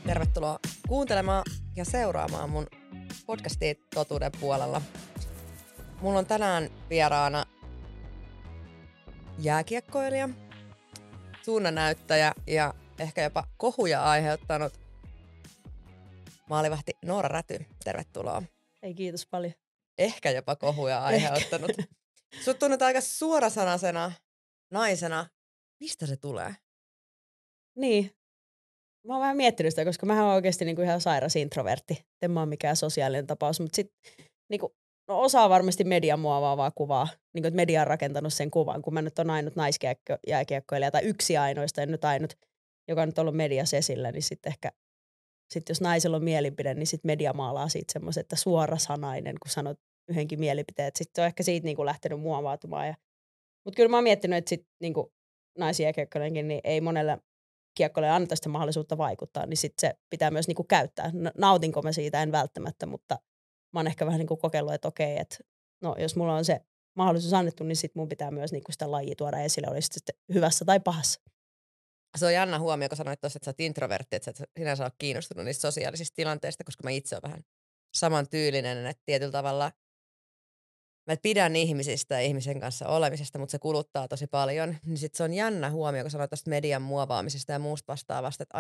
Tervetuloa kuuntelemaan ja seuraamaan mun podcastia Totuuden puolella. Mulla on tänään vieraana jääkiekkoilija, suunnannäyttäjä ja ehkä jopa kohuja aiheuttanut maalivahti Noora Räty. Tervetuloa. Ei, kiitos paljon. Ehkä jopa kohuja aiheuttanut. Sut tunnet aika suorasanaisena naisena. Mistä se tulee? Niin. Mä oon vähän miettinyt sitä, koska mähän oon oikeasti niinku ihan sairas introvertti. En mä oon mikään sosiaalinen tapaus, mutta sit niinku, osaa varmasti median muovaavaa kuvaa. Niinku, että media on rakentanut sen kuvan, kun mä nyt on ainut naisjääkiekkoilija tai yksi ainoista, en nyt ainut, joka on nyt ollut mediassa esillä, niin sitten ehkä jos naisella on mielipide, niin sitten media maalaa siitä semmoisen, että suorasanainen, kun sanot yhdenkin mielipiteen. Sitten se on ehkä siitä niinku lähtenyt muovautumaan. Mutta kyllä mä oon miettinyt, että sitten niinku naisjääkiekkoilijankin niin ei monelle kiekkoille anneta sitä mahdollisuutta vaikuttaa, niin sitten se pitää myös niinku käyttää. Nautinko mä siitä? En välttämättä, mutta mä oon ehkä vähän niinku kokeillut, että okei, että no jos mulla on se mahdollisuus annettu, niin sitten mun pitää myös niinku sitä lajia tuoda esille, olisi sitten hyvässä tai pahassa. Se on jännä huomio, kun sanoit tuossa, että sä oot introvertti, että sä et sinänsä ole kiinnostunut niistä sosiaalisista tilanteista, koska mä itse olen vähän samantyylinen, että tietyllä tavalla mä pidän ihmisistä ja ihmisen kanssa olemisesta, mutta se kuluttaa tosi paljon. Niin sit se on jännä huomio, kun sanoit tästä median muovaamisesta ja muusta vastaavasta, että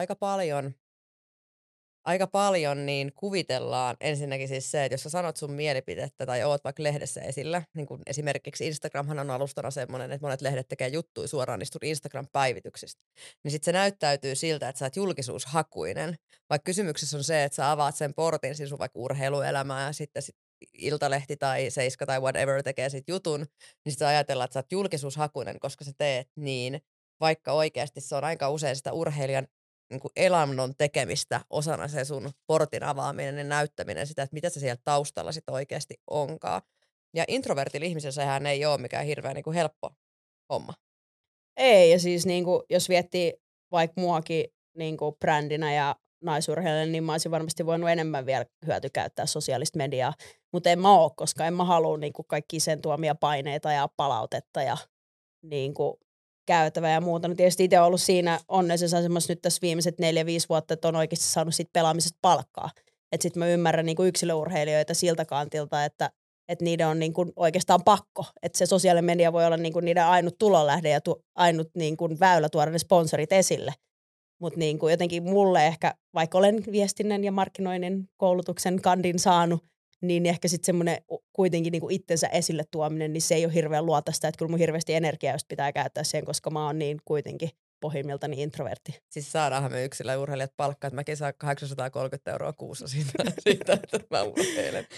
aika paljon niin kuvitellaan ensinnäkin siis se, että jos sä sanot sun mielipidettä tai oot vaikka lehdessä esillä, niin kuin esimerkiksi Instagramhan on alustana semmoinen, että monet lehdet tekee juttuja suoraan niistä Instagram-päivityksistä, niin sitten se näyttäytyy siltä, että sä oot julkisuushakuinen, vaikka kysymyksessä on se, että sä avaat sen portin, siis sun vaikka urheiluelämää ja sitten Iltalehti tai Seiska tai whatever tekee sit jutun, niin sitten ajatellaan, että sä oot julkisuushakuinen, koska sä teet niin, vaikka oikeasti se on aika usein sitä urheilijan niin kuin elannon tekemistä osana se sun portin avaaminen ja näyttäminen sitä, että mitä se siellä taustalla sitten oikeasti onkaan. Ja introvertilla ihmisellä sehän ei ole mikään hirveän niin kuin helppo homma. Ei, ja siis niinku, jos viettii vaikka muakin niinku brändinä ja naisurheilijana, niin mä olisin varmasti voinut enemmän vielä hyötykäyttää sosiaalista mediaa. Mutta en mä oo, koska en mä halua niinku kaikkia sen tuomia paineita ja palautetta ja niinku käytävää ja muuta. No tietysti itse on ollut siinä onnellisessa asemassa nyt tässä viimeiset 4-5 vuotta, että on oikeasti saanut siitä pelaamisesta palkkaa. Että sitten mä ymmärrän niinku yksilöurheilijoita siltä kantilta, että niiden on niinku oikeastaan pakko. Että se sosiaalinen media voi olla niinku niiden ainut tulonlähde ja ainut niinku väylä tuoda ne sponsorit esille. Mutta niinku jotenkin mulle ehkä, vaikka olen viestinnän ja markkinoinnin koulutuksen kandin saanut, niin ehkä sitten semmoinen kuitenkin niinku itsensä esille tuominen, niin se ei ole hirveän luotaista. Että kyllä mun hirveästi energiaa just pitää käyttää siihen, koska mä oon niin kuitenkin pohjimmiltani introvertti. Siis saadaanhan me yksilöurheilijat palkkaa, että mäkin saan 830 € kuussa siitä että mä urheilen.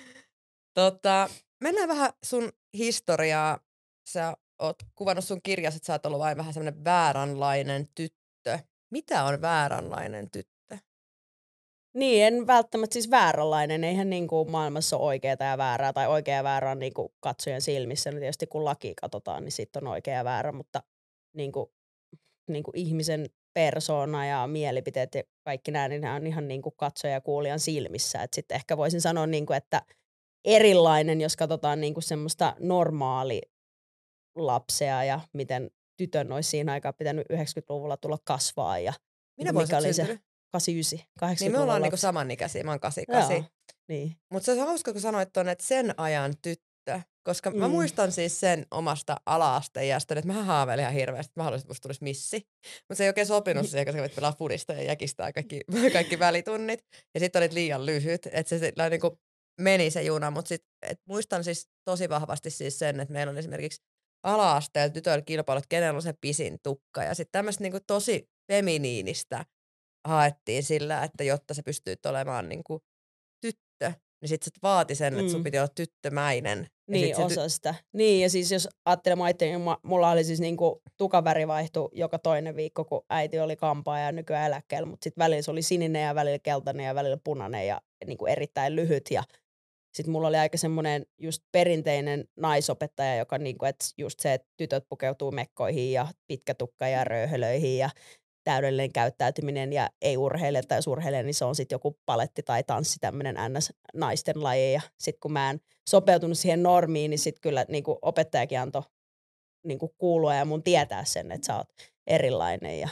Mennään vähän sun historiaa. Sä oot kuvannut sun kirjassa, että sä oot ollut vain vähän semmoinen vääränlainen tyttö. Mitä on vääränlainen tyttö? Niin, en välttämättä siis vääränlainen. Eihän niinku maailmassa ole oikeaa ja väärää, tai oikea ja väärä on niinku katsojan silmissä. No tietysti kun laki katsotaan, niin sitten on oikea ja väärä, mutta niinku ihmisen persoona ja mielipiteet ja kaikki nämä, niin nämä on ihan niinku katsoja ja kuulijan silmissä. Sitten ehkä voisin sanoa, niinku, että erilainen, jos katsotaan niinku semmoista normaali lapsea ja miten tytön olisi siinä aikaa pitänyt 90-luvulla tulla kasvaa. Ja minä vuonna olet syntynyt? 89, 80-luvulla. Niin me ollaan niinku samanikäisiä, mä oon 88. Niin. Mutta se on hauska, kun sanoit tuonne, että sen ajan tyttö, koska mä muistan siis sen omasta ala-asteiästä, että mä haaveilin ihan hirveästi, että mä haluaisin, että musta tulisi missi. Mutta se ei oikein sopinut siihen, koska kävit pelaa fudista ja jäkistää kaikki välitunnit. Ja sitten olit liian lyhyt, että se niinku meni se juna. Mutta muistan siis tosi vahvasti siis sen, että meillä on esimerkiksi ala-asteella tytöillä kilpailut, kenellä on se pisin tukka. Ja sitten tämmöistä niinku tosi feminiinistä haettiin sillä, että jotta se pystyy olemaan niinku tyttö, niin sit se vaati sen, että sun piti olla tyttömäinen. Niin, osa sitä. Niin, ja siis jos ajattelemaan itse, niin mulla oli siis niinku tukaväri vaihtui joka toinen viikko, kun äiti oli kampaa ja nykyään eläkkeellä, mutta sitten välillä se oli sininen ja välillä keltainen ja välillä punainen ja niinku erittäin lyhyt. Ja sitten mulla oli aika semmoinen just perinteinen naisopettaja, joka niinku, että just se, että tytöt pukeutuu mekkoihin ja pitkä tukka ja röyhelöihin ja täydellinen käyttäytyminen ja ei urheile tai jos urheilee, niin se on sitten joku paletti tai tanssi, tämmöinen NS-naisten laji. Ja sitten kun mä en sopeutunut siihen normiin, niin sitten kyllä niinku opettajakin antoi niinku kuulua ja mun tietää sen, että sä oot erilainen.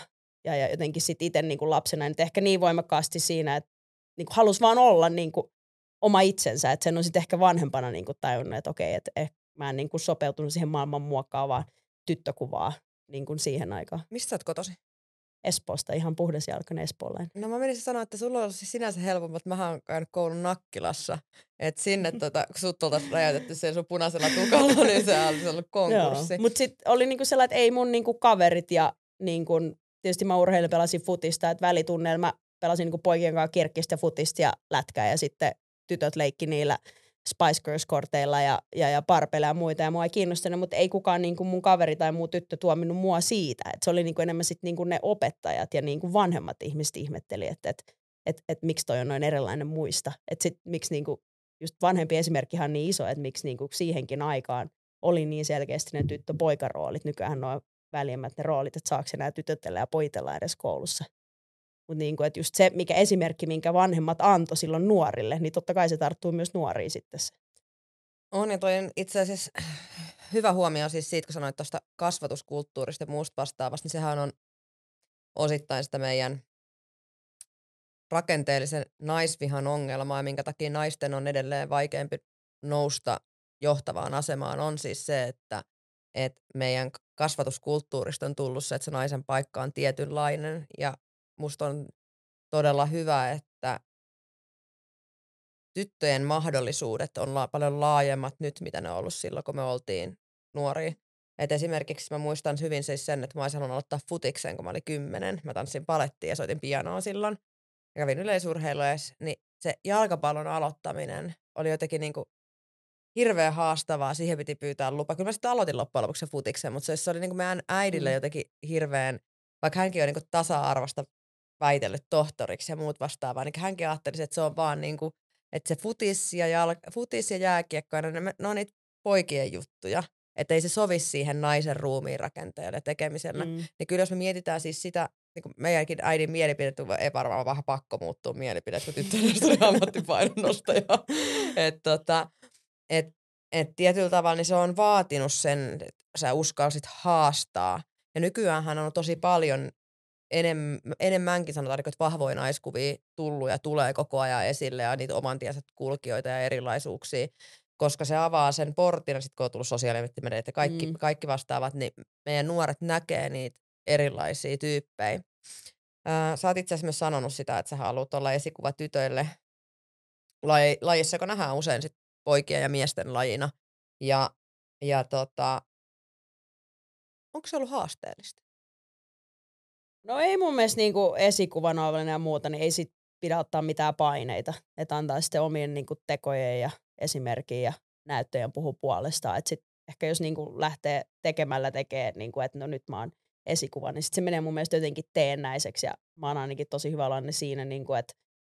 ja jotenkin sit itse niin kuin lapsena nyt ehkä niin voimakkaasti siinä, että niin kuin halusi vaan olla niin kuin oma itsensä, että sen on sitten ehkä vanhempana niin kuin tajunnut, että okei, että mä en niin kuin sopeutunut siihen maailman muokkaavaan tyttökuvaa niin kuin siihen aikaan. Mistä sä oot kotosi? Espoosta, ihan puhdasjalkainen espoolainen. No mä menisin sanoa, että sulla on siis sinänsä helpompi, että mähän oon käynyt koulun Nakkilassa. Että sinne kun sut oltaisiin räjäytetty sen sun punaisella tukalla, niin se olisi ollut konkurssi. Joo, mutta sitten oli niinku sellainen, että ei mun niinku kaverit ja niinku, tietysti mä urheilin, pelasin futista, että välitunnella mä pelasin niinku poikien kanssa kirkkistä futista ja lätkää ja sitten tytöt leikki niillä Spice Girls-korteilla ja parpeilla ja muita ja mua ei kiinnostanut, mutta ei kukaan niinku mun kaveri tai muu tyttö tuominut mua siitä. Et se oli niinku enemmän sit niinku ne opettajat ja niinku vanhemmat ihmiset ihmetteli, että et miksi toi on noin erilainen muista. Että sit miksi niinku, just vanhempi esimerkkihan on niin iso, että miksi niinku siihenkin aikaan oli niin selkeästi ne tyttö-poikaroolit. Nykyään ne on väljemmät ne roolit, että saako enää tytötellä ja poitella edes koulussa. Mutta niinku, että just se mikä esimerkki, minkä vanhemmat antoi silloin nuorille, niin totta kai se tarttuu myös nuoriin sitten se. On, ja toi on itse asiassa hyvä huomio siis siitä, kun sanoit tuosta kasvatuskulttuurista ja muusta vastaavasta, niin sehän on osittain sitä meidän rakenteellisen naisvihan ongelmaa, minkä takia naisten on edelleen vaikeampi nousta johtavaan asemaan, on siis se, että meidän kasvatuskulttuurista on tullut se, että se naisen paikka on tietynlainen, ja musta on todella hyvä, että tyttöjen mahdollisuudet on paljon laajemmat nyt, mitä ne on ollut silloin, kun me oltiin nuoria. Et esimerkiksi mä muistan hyvin siis sen, että mä olisin halunnut aloittaa futiksen, kun mä olin 10. Mä tanssin palettia ja soitin pianoa silloin. Ja kävin yleisurheilua, niin se jalkapallon aloittaminen oli jotenkin niinku hirveän haastavaa. Siihen piti pyytää lupa. Kyllä mä sitten aloitin loppujen lopuksi se futiksen, mutta se oli niinku meidän äidille jotenkin hirveän, vaikka hänkin on niinku tasa-arvosta väitellyt tohtoriksi ja muut vastaavaa, niin hänkin ajatteli, että se on vaan niinku, että se futis ja jääkiekko, ne on niitä poikien juttuja. Että ei se sovi siihen naisen ruumiin rakenteelle tekemiselle. Niin kyllä jos me mietitään siis sitä, niin meidänkin äidin mielipide, ei varmaan vähän pakko muuttua mielipide, kun tyttöydestä oli ammattipainonnostaja. Et tietyllä tavalla niin se on vaatinut sen, että sä uskalsit haastaa. Ja nykyäänhän on tosi paljon enemmänkin sanotaan, että vahvoja naiskuvia tullut ja tulee koko ajan esille ja niitä oman tiensä kulkijoita ja erilaisuuksia, koska se avaa sen portin, ja sitten kun on tullut sosiaalinen mediat ja kaikki vastaavat, niin meidän nuoret näkee niitä erilaisia tyyppejä. Sä oot itse asiassa myös sanonut sitä, että sä haluat olla esikuva tytöille lajissa, kun nähdään usein sit poikien ja miesten lajina. Onko se ollut haasteellista? No ei mun mielestä niinku esikuvan ja muuta, niin ei sit pidä ottaa mitään paineita. Että antaa sitten omien niinku tekojen ja esimerkin ja näyttöjen puhua puolestaan. Että sit ehkä jos niinku lähtee tekemällä niinku, että no nyt mä oon esikuva, niin sit se menee mun mielestä jotenkin teennäiseksi. Ja mä oon ainakin tosi hyvä lanne siinä, niinku, että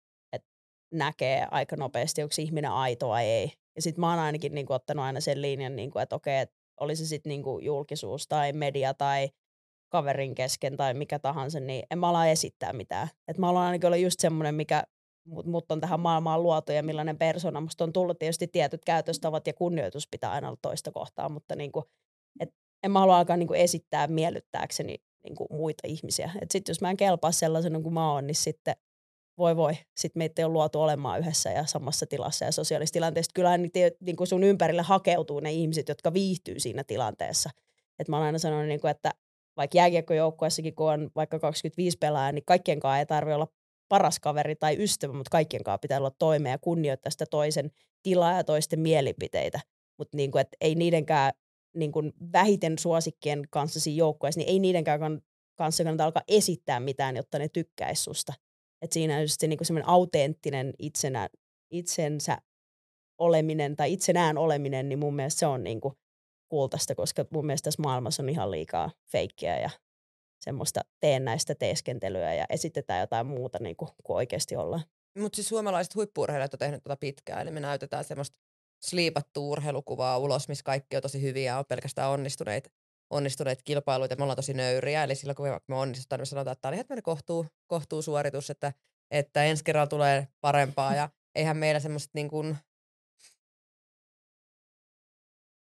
näkee aika nopeasti, onko ihminen aito vai ei. Ja sit mä oon ainakin niinku ottanut aina sen linjan, niinku, että okei, että oli se sitten niinku julkisuus tai media tai kaverin kesken tai mikä tahansa, niin en mä ala esittää mitään. Et mä haluan ainakin olla just semmoinen, mikä mut on tähän maailmaan luotu ja millainen persona. Musta on tullut tietysti tietyt käytöstavat ja kunnioitus pitää aina olla toista kohtaan, mutta niinku, en mä halua alkaa niinku esittää miellyttääkseni niinku muita ihmisiä. Et sit jos mä en kelpaa sellaisena kuin mä oon, niin sitten voi. Sitten meitä ei ole luotu olemaan yhdessä ja samassa tilassa ja sosiaalisessa tilanteessa. Kyllähän niin sun ympärille hakeutuu ne ihmiset, jotka viihtyy siinä tilanteessa. Et mä oon aina sanonut, niin kuin, että vaikka jääkiekkojoukkueessakin, kun on vaikka 25 pelaajaa, niin kaikkien kanssa ei tarvitse olla paras kaveri tai ystävä, mutta kaikkien kanssa pitää olla toimeen ja kunnioittaa sitä toisen tilaa ja toisten mielipiteitä. Mutta niin kuin, ei niidenkään niin kuin vähiten suosikkien kanssa siinä joukkueessa, niin ei niidenkään kanssa kannata alkaa esittää mitään, jotta ne tykkäisi susta. Että siinä on just se niinku semmoinen autenttinen itsensä oleminen tai itsenään oleminen, niin mun mielestä se on niinku kultaista, koska mun mielestä tässä maailmassa on ihan liikaa feikkiä ja semmoista teennäistä teeskentelyä ja esitetään jotain muuta niinku, kuin oikeasti ollaan. Mutta siis suomalaiset huippu-urheilijat on tehnyt tätä pitkään, eli me näytetään semmoista sliipattua urheilukuvaa ulos, missä kaikki on tosi hyviä ja on pelkästään onnistuneet kilpailuita. Me ollaan tosi nöyriä, eli silloin kun me onnistutaan, niin me sanotaan, että tämä oli ihan kohtuu suoritus, että ensi kerralla tulee parempaa, ja eihän meillä semmoista niin kuin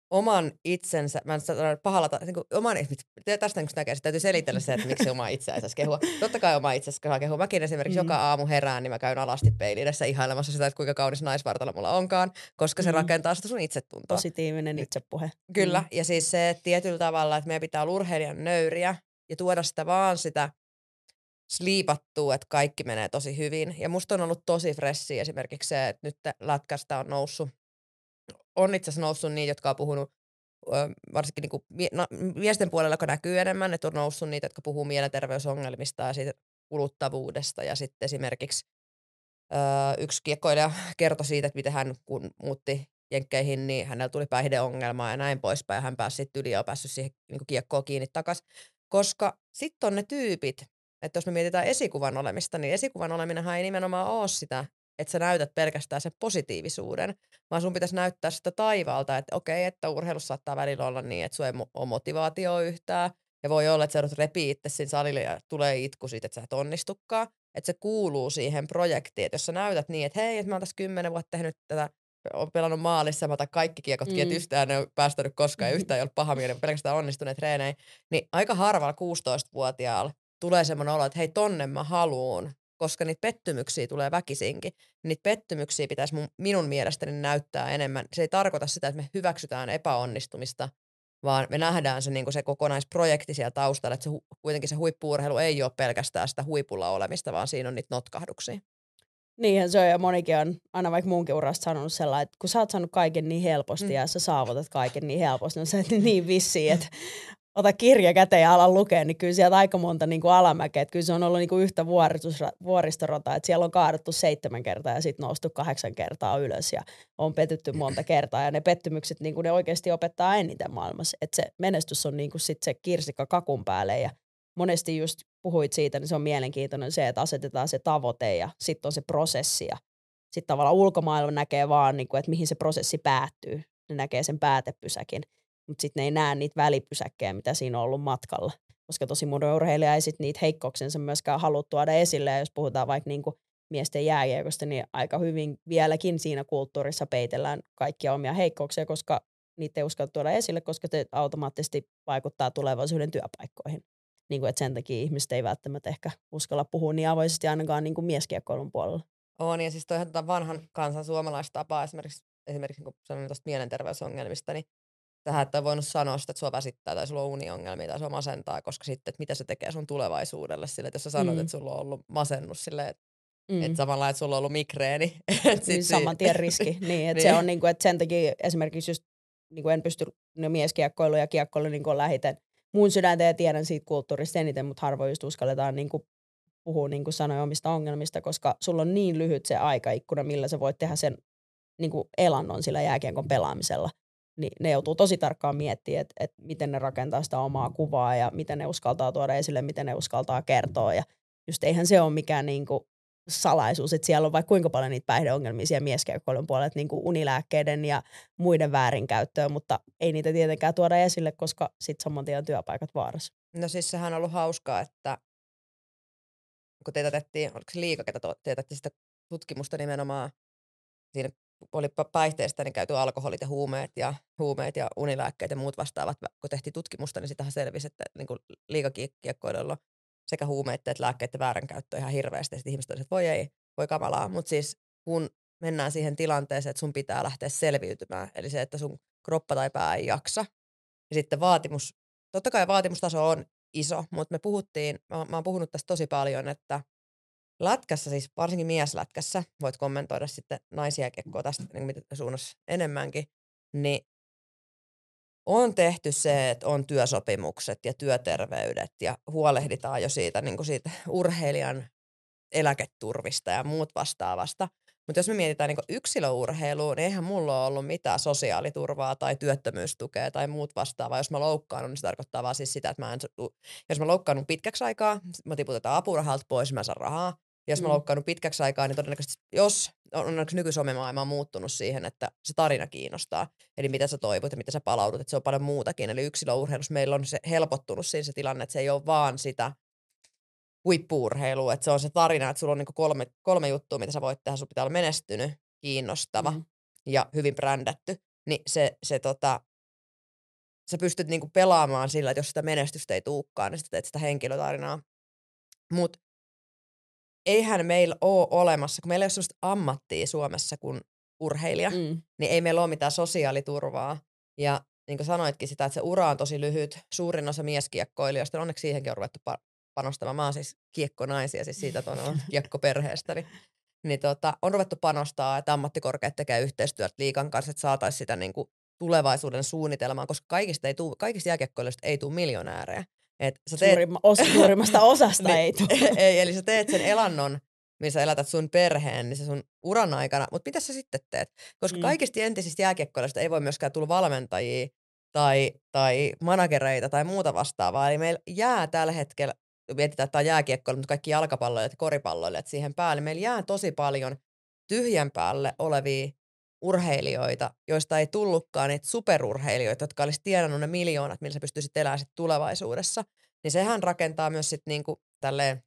oman itsensä, mä en sano pahalla, niin kuin oman, tästä kun näkee, täytyy selitellä se, että miksi oma itseä ei saisi kehua. Totta kai oma itseä saa kehua. Mäkin esimerkiksi joka aamu herään, niin mä käyn alasti peilin edessä ihailemassa sitä, että kuinka kaunis naisvartalo mulla onkaan, koska se rakentaa sitä sun itsetuntoa. Positiivinen itsepuhe. Kyllä, ja siis se että tietyllä tavalla, että meidän pitää olla urheilijan nöyriä ja tuoda sitä vaan sitä sliipattua, että kaikki menee tosi hyvin. Ja musta on ollut tosi freshiä esimerkiksi se, että nyt lätkästä on itse asiassa noussut niitä, jotka on puhunut varsinkin niin kuin miesten puolella, joka näkyy enemmän, että on noussut niitä, jotka puhuu mielenterveysongelmista ja siitä kuluttavuudesta. Ja sitten esimerkiksi yksi kiekkoilija kertoi siitä, että miten hän kun muutti Jenkkeihin, niin hänellä tuli päihdeongelmaa ja näin poispäin. Ja hän pääsi sitten yli ja on päässyt siihen niin kuin kiekkoon kiinni takaisin. Koska sitten on ne tyypit, että jos me mietitään esikuvan olemista, niin esikuvan oleminenhan ei nimenomaan ole sitä, että sä näytät pelkästään sen positiivisuuden, vaan sun pitäisi näyttää sitä taivaalta, että okei, että urheilussa saattaa välillä olla niin, että sulla ei ole motivaatio yhtään, ja voi olla, että sä joudut repii itse siinä salille ja tulee itku siitä, että sä et onnistukaan, että se kuuluu siihen projektiin, että jos sä näytät niin, että hei, että mä oon tässä 10 vuotta tehnyt tätä, on pelannut maalissa, mä otan kaikki kiekotkin, että yhtään ne on päästänyt koskaan ja yhtään ei ole paha mieli, pelkästään onnistuneet treeneihin, niin aika harvalla 16-vuotiaalla tulee semmoinen olo, että hei, tonne mä haluun, koska niitä pettymyksiä tulee väkisinkin. Niitä pettymyksiä pitäisi minun mielestäni näyttää enemmän. Se ei tarkoita sitä, että me hyväksytään epäonnistumista, vaan me nähdään se, niin kuin se kokonaisprojekti siellä taustalla, että kuitenkin se huippu-urheilu ei ole pelkästään sitä huipulla olemista, vaan siinä on niitä notkahduksia. Niinhän se on, ja monikin on aina vaikka munkin urasta sanonut sellainen, että kun sä oot saanut kaiken niin helposti ja sä saavutat kaiken niin helposti, niin sä et niin vissiin, että ota kirja käteen ja ala lukea, niin kyllä sieltä aika monta niin kuin alamäkeä. Että kyllä se on ollut niin kuin yhtä vuoristorata, että siellä on kaadettu 7 kertaa ja sitten noustu 8 kertaa ylös ja on petytty monta kertaa. Ja ne pettymykset, niin kuin ne oikeasti opettaa eniten maailmassa. Että se menestys on niin kuin sit se kirsikka kakun päälle ja monesti just puhuit siitä, niin se on mielenkiintoinen se, että asetetaan se tavoite ja sitten on se prosessi ja sitten tavallaan ulkomaailma näkee vaan, niin kuin, että mihin se prosessi päättyy. Ne näkee sen päätepysäkin. Mutta sitten ne ei näe niitä välipysäkkejä, mitä siinä on ollut matkalla. Koska tosi moni urheilija ei sitten niitä heikkouksensa myöskään halua tuoda esille. Ja jos puhutaan vaikka niinku miesten jääkiekosta, niin aika hyvin vieläkin siinä kulttuurissa peitellään kaikkia omia heikkouksia, koska niitä ei uskalla tuoda esille, koska se automaattisesti vaikuttaa tulevaisuuden työpaikkoihin. Niin kuin, että sen takia ihmiset ei välttämättä ehkä uskalla puhua niin avoisesti ainakaan niin kuin mieskiekkoilun puolella. On, ja siis toihan vanhan kansan suomalaistapaa esimerkiksi kun sanoin tuosta mielenterveysongelmista, niin tähän, että on voinut sanoa sitä, että sua väsittää tai sulla on uniongelmia tai sua masentaa, koska sitten, että mitä se tekee sun tulevaisuudelle sille, että jos sä sanot, että sulla on ollut masennus silleen, että samalla, että sulla on ollut migreeni. Niin saman tien riski. Niin, että se on niin kuin, että sen takia esimerkiksi just niin kuin en pysty mieskiekkoilu ja kiekkoilu niin kuin lähiten mun sydäntä ja tiedän siitä kulttuurista eniten, mutta harvoin just uskalletaan niin kuin puhua niin kuin sanoja omista ongelmista, koska sulla on niin lyhyt se aikaikkuna, millä sä voit tehdä sen niin kuin elannon sillä jääkiekon pelaamisella. Niin ne joutuu tosi tarkkaan miettimään, että miten ne rakentaa sitä omaa kuvaa ja miten ne uskaltaa tuoda esille, miten ne uskaltaa kertoa. Ja just eihän se ole mikään niinku salaisuus, että siellä on vaikka kuinka paljon niitä päihdeongelmia siellä mieskiekkoilun puolella, niinku unilääkkeiden ja muiden väärinkäyttöä, mutta ei niitä tietenkään tuoda esille, koska sitten saman tien työpaikat vaarassa. No siis sehän on ollut hauskaa, että kun teetätettiin, oliko se Liiga, ketä teetätti sitä tutkimusta nimenomaan, siinä oli päihteistä niin käyty alkoholit ja huumeet ja unilääkkeet ja muut vastaavat. Kun tehtiin tutkimusta, niin sitähän selvisi, että niin liigakiekkoilulla sekä huumeiden että lääkkeiden vääränkäyttö ihan hirveästi. Sitten ihmiset olisivat, että voi ei, voi kamalaa. Mutta siis kun mennään siihen tilanteeseen, että sun pitää lähteä selviytymään, eli se, että sun kroppa tai pää ei jaksa. Ja sitten totta kai vaatimustaso on iso, mutta mä oon puhunut tästä tosi paljon, että lätkässä, siis varsinkin mieslätkässä, voit kommentoida sitten naisia kiekkoa tästä niin mitä suunnassa enemmänkin, niin on tehty se, että on työsopimukset ja työterveydet ja huolehditaan jo siitä, niin kuin siitä urheilijan eläketurvista ja muut vastaavasta. Mutta jos me mietitään niin yksilöurheiluun, niin eihän mulla ole ollut mitään sosiaaliturvaa tai työttömyystukea tai muut vastaavaa. Jos mä loukkaannut, niin se tarkoittaa vaan siis sitä, että jos mä loukkaannut pitkäksi aikaa, mä tiputetaan apurahalta pois, mä saan rahaa. Ja jos mä loukkaannut pitkäksi aikaa, niin todennäköisesti, jos onneksi nykysomemaailma on muuttunut siihen, että se tarina kiinnostaa. Eli mitä sä toivot ja mitä sä palaudut, että se on paljon muutakin. Eli yksilöurheilussa meillä on se helpottunut siinä se tilanne, että se ei ole vaan sitä huippu-urheilua, että se on se tarina, että sulla on niinku kolme juttua, mitä sä voit tehdä. Sun pitää olla menestynyt, kiinnostava ja hyvin brändätty. Niin sä pystyt niinku pelaamaan sillä, että jos sitä menestystä ei tuukkaan, niin sä teet sitä henkilötarinaa. Mut eihän meillä ole olemassa, kun meillä ei ole sellaista ammattia Suomessa kuin urheilija, niin ei meillä ole mitään sosiaaliturvaa. Ja niin kuin sanoitkin sitä, että se ura on tosi lyhyt. Suurin osa mieskiekkoilijoista, onneksi siihenkin on ruvettu panostamaan. Mä oon siis kiekkonaisia, siis siitä, että on kiekkoperheestä. Niin on ruvettu panostaa, että ammattikorkeat tekee yhteistyötä liigan kanssa, että saataisiin sitä niin kuin tulevaisuuden suunnitelmaa, koska kaikista jääkiekkoilijoista ei tule miljonäärejä. Et sä teet... Suurimmasta osasta ei tule. Ei, eli sä teet sen elannon, missä elätät sun perheen, niin se sun uran aikana, mutta mitä sä sitten teet? Koska kaikista entisistä jääkiekkoilijoista ei voi myöskään tulla valmentajia tai managereita tai muuta vastaavaa. Eli meillä jää tällä hetkellä, mietitään, että tämä on jääkiekkoilijat, mutta kaikki jalkapalloilijat ja koripalloilijat siihen päälle. Meillä jää tosi paljon tyhjän päälle olevia urheilijoita, joista ei tullutkaan niitä superurheilijoita, jotka olisi tienannut ne miljoonat, millä sä pystyisit elämään sit tulevaisuudessa. Niin sehän rakentaa myös sitten niinku tälleen,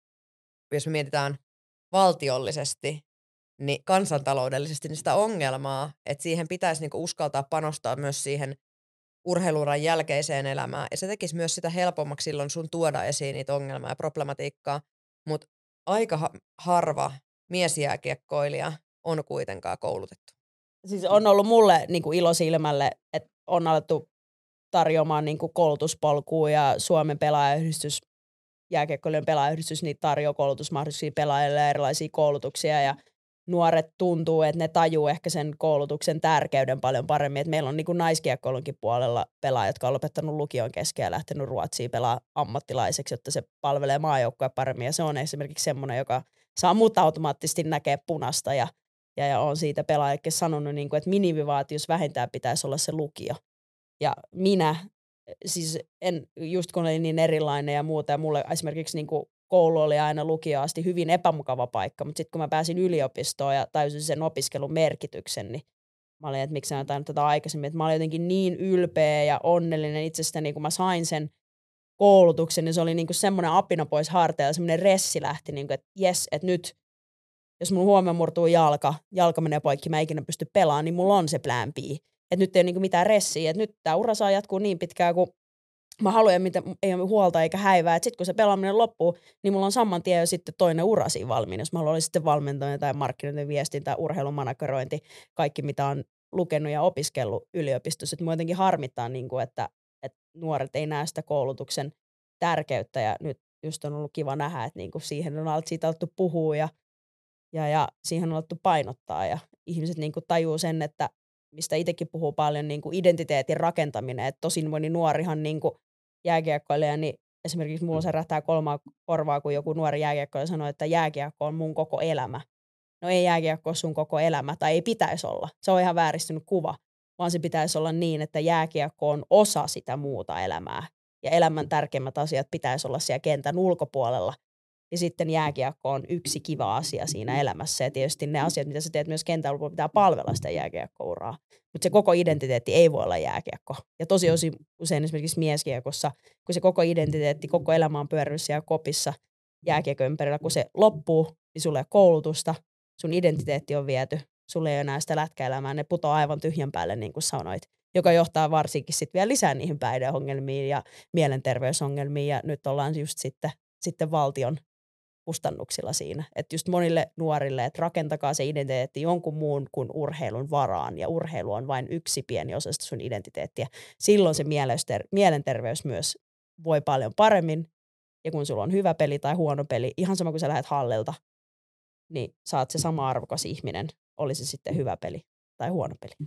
jos me mietitään valtiollisesti, niin kansantaloudellisesti niin sitä ongelmaa, että siihen pitäisi niinku uskaltaa panostaa myös siihen urheiluuran jälkeiseen elämään. Ja se tekisi myös sitä helpommaksi silloin sun tuoda esiin niitä ongelmaa ja problematiikkaa. Mutta aika harva miesjääkiekkoilija on kuitenkaan koulutettu. Siis on ollut mulle niinku ilo silmälle, että on alettu tarjoamaan niinku koulutuspolkua ja Suomen pelaajayhdistys, jääkiekkoilijoiden pelaajayhdistys, niin tarjoaa koulutusmahdollisuuksia pelaajille ja erilaisia koulutuksia ja nuoret tuntuu, että ne tajuu ehkä sen koulutuksen tärkeyden paljon paremmin. Et meillä on niinku naiskiekkoilunkin puolella pelaajat, jotka on lopettanut lukion kesken ja lähtenyt Ruotsiin pelaa ammattilaiseksi, jotta se palvelee maajoukkoja paremmin. Ja se on esimerkiksi semmoinen, joka saa mut automaattisesti näkee punasta ja on siitä pelaajakin sanonut, niinku, että minimivaatius vähintään pitäisi olla se lukio. Ja minä, siis just kun olin niin erilainen ja muuta, ja mulle esimerkiksi niinku koulu oli aina lukioon asti hyvin epämukava paikka, mutta sitten kun mä pääsin yliopistoon ja tajusin sen opiskelun merkityksen, niin mä olin, että miksi mä en tainnut tätä aikaisemmin, että mä olin jotenkin niin ylpeä ja onnellinen itsestäni, kun mä sain sen koulutuksen, niin se oli niinku semmoinen apina pois harteilla, semmoinen ressi lähti, niinku, että jes, että nyt, jos mun huomenna murtuu jalka menee poikki, mä en ikinä pysty pelaamaan, niin mulla on se plan B. Että nyt ei ole niinku mitään ressiä, että nyt tää ura saa jatkuu niin pitkään, kun mä haluan, ei ole huolta eikä häivää. Sitten kun se pelaaminen loppuu, niin mulla on saman tien jo sitten toinen ura siinä valmiina. Jos mä haluan olla sitten valmentaminen tai markkinointi, viestintä, urheilumanagerointi, kaikki mitä on lukenut ja opiskellut yliopistossa. Että mua jotenkin harmittaa, niin kuin, että nuoret ei näe sitä koulutuksen tärkeyttä. Ja nyt just on ollut kiva nähdä, että niin kuin siihen on siitä alettu puhua ja siihen on alettu painottaa. Ja ihmiset niin kuin tajuu sen, että mistä itsekin puhuu paljon, niin kuin identiteetin rakentaminen. Että tosin moni nuorihan niin kuin jääkiekkoilija, niin esimerkiksi mulla särähtää kolmaa korvaa, kun joku nuori jääkiekkoilija sanoo, että jääkiekko on mun koko elämä. No ei jääkiekko ole sun koko elämä, tai ei pitäisi olla. Se on ihan vääristynyt kuva, vaan se pitäisi olla niin, että jääkiekko on osa sitä muuta elämää. Ja elämän tärkeimmät asiat pitäisi olla siellä kentän ulkopuolella. Ja sitten jääkiekko on yksi kiva asia siinä elämässä. Ja tietysti ne asiat, mitä sä teet myös kentän ulkopuolella, pitää palvella sitä jääkiekkouraa. Mutta se koko identiteetti ei voi olla jääkiekko. Ja tosi usein esimerkiksi mieskiekossa, kun se koko identiteetti, koko elämä on pyörinyt siellä kopissa jääkiekon ympärillä, kun se loppuu, niin sulla ei ole koulutusta, sun identiteetti on viety, sulla ei ole enää sitä lätkäelämää, ne putoaa aivan tyhjän päälle, niin kuin sanoit, joka johtaa varsinkin sitten vielä lisää niihin päihdeongelmiin ja mielenterveysongelmiin, ja nyt ollaan just sitten valtion kustannuksilla siinä. Että just monille nuorille, että rakentakaa se identiteetti jonkun muun kuin urheilun varaan, ja urheilu on vain yksi pieni osa sun identiteettiä. Silloin se mielenterveys myös voi paljon paremmin, ja kun sulla on hyvä peli tai huono peli, ihan sama kuin sä lähdet hallilta, niin saat se sama arvokas ihminen, oli se sitten hyvä peli tai huono peli.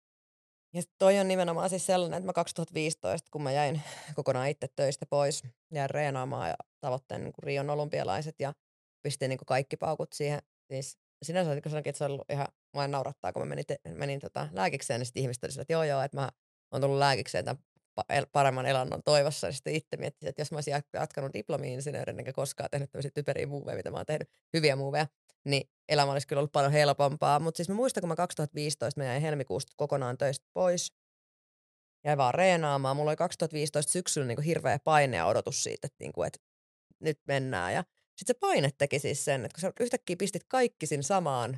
Ja toi on nimenomaan siis sellainen, että mä 2015, kun mä jäin kokonaan itse töistä pois, jäin reenaamaan ja tavoitteen niin Rion olympialaiset ja pistin niin kaikki paukut siihen. Siis sinänsä kun sanoinkin, että se on ollut ihan, mua naurattaa, kun mä menin lääkikseen, niin sitten ihmiset oli sillä, että joo, että mä oon tullut lääkikseen tämän paremman elannon toivossa. Ja sitten itse miettisin, että jos mä olisin jatkanut diplomi-insinöörin, enkä koskaan tehnyt tämmöisiä typeriä muuveja, mitä mä oon tehnyt, hyviä muuveja, niin elämä olisi kyllä ollut paljon helpompaa. Mutta siis mä muistan, kun mä 2015 mä jäin helmikuusta kokonaan töistä pois, jäin vaan reenaamaan. Mulla oli 2015 syksyllä niin kuin hirveä paine ja odotus siitä, että, niin kuin, että nyt mennään. Ja sitten se paine teki siis sen, että kun sä yhtäkkiä pistit kaikki sinne samaan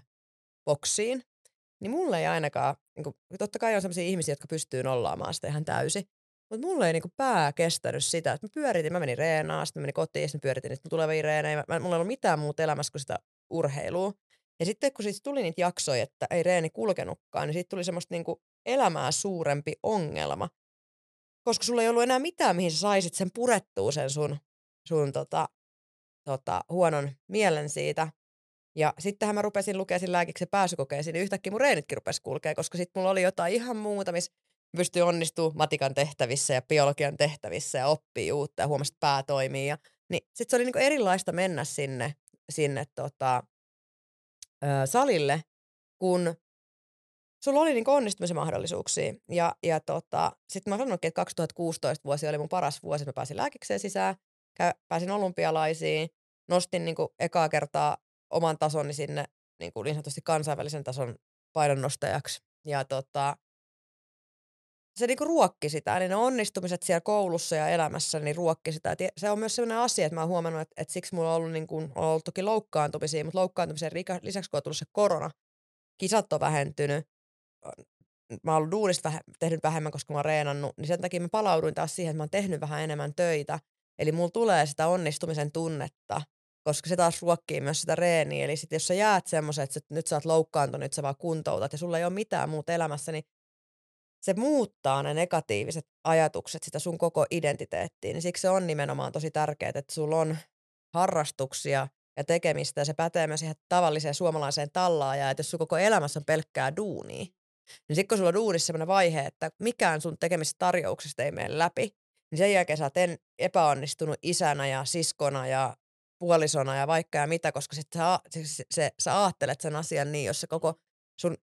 boksiin, niin mulla ei ainakaan, niin kuin, totta kai on sellaisia ihmisiä, jotka pystyy nollaamaan sitä ihan täysin, Mutta mulla ei niinku pää kestänyt sitä, että mä menin reenaan, sitten mä menin kotiin, sitten mä pyöritin niitä tulevia reenejä. Mulla ei ollut mitään muuta elämässä kuin sitä urheilua. Ja sitten kun siitä tuli niitä jaksoja, että ei reeni kulkenutkaan, niin siitä tuli semmoista niinku elämää suurempi ongelma. Koska sulla ei ollut enää mitään, mihin sä saisit sen purettua sen sun huonon mielen siitä. Ja sittenhän mä rupesin lukemaan lääkiksen pääsykokeisiin, niin yhtäkkiä mun reenitkin rupesi kulkea, koska sitten mulla oli jotain ihan muuta, missä pystyi onnistumaan matikan tehtävissä ja biologian tehtävissä ja oppii uutta ja huomasi, että pää toimii. Niin sitten se oli niinku erilaista mennä sinne salille, kun sulla oli niinku onnistumisen mahdollisuuksia. Sitten mä sanonutkin, että 2016 vuosi oli mun paras vuosi, mä pääsin lääkikseen sisään, pääsin olympialaisiin, nostin niinku ekaa kertaa oman tasoni sinne niinku niin sanotusti kansainvälisen tason painonnostajaksi. Se niinku ruokki sitä, eli ne onnistumiset siellä koulussa ja elämässä niin ruokki sitä. Et se on myös sellainen asia, että mä oon huomannut, että siksi mulla on ollut, on ollut toki loukkaantumisia, mutta loukkaantumisen lisäksi kun on tullut se korona, kisat on vähentynyt, mä oon ollut duunista tehnyt vähemmän, koska mä oon reenannut, niin sen takia mä palauduin taas siihen, että mä oon tehnyt vähän enemmän töitä. Eli mulla tulee sitä onnistumisen tunnetta, koska se taas ruokkii myös sitä reeniä. Eli sit jos sä jäät semmoisen, että nyt sä oot loukkaantunut, nyt sä vaan kuntoutat ja sulla ei ole mitään muuta elämässä, niin se muuttaa ne negatiiviset ajatukset sitä sun koko identiteettiin. Niin siksi se on nimenomaan tosi tärkeää, että sulla on harrastuksia ja tekemistä ja se pätee myös ihan tavalliseen suomalaiseen tallaajaan, että jos sun koko elämässä on pelkkää duunia, niin sitten kun sulla on duunissa sellainen vaihe, että mikään sun tekemistä tarjouksista ei mene läpi, niin sen jälkeen sä oot epäonnistunut isänä ja siskona ja puolisona ja vaikka ja mitä, koska sit sä aattelet sen asian niin, jos se koko sun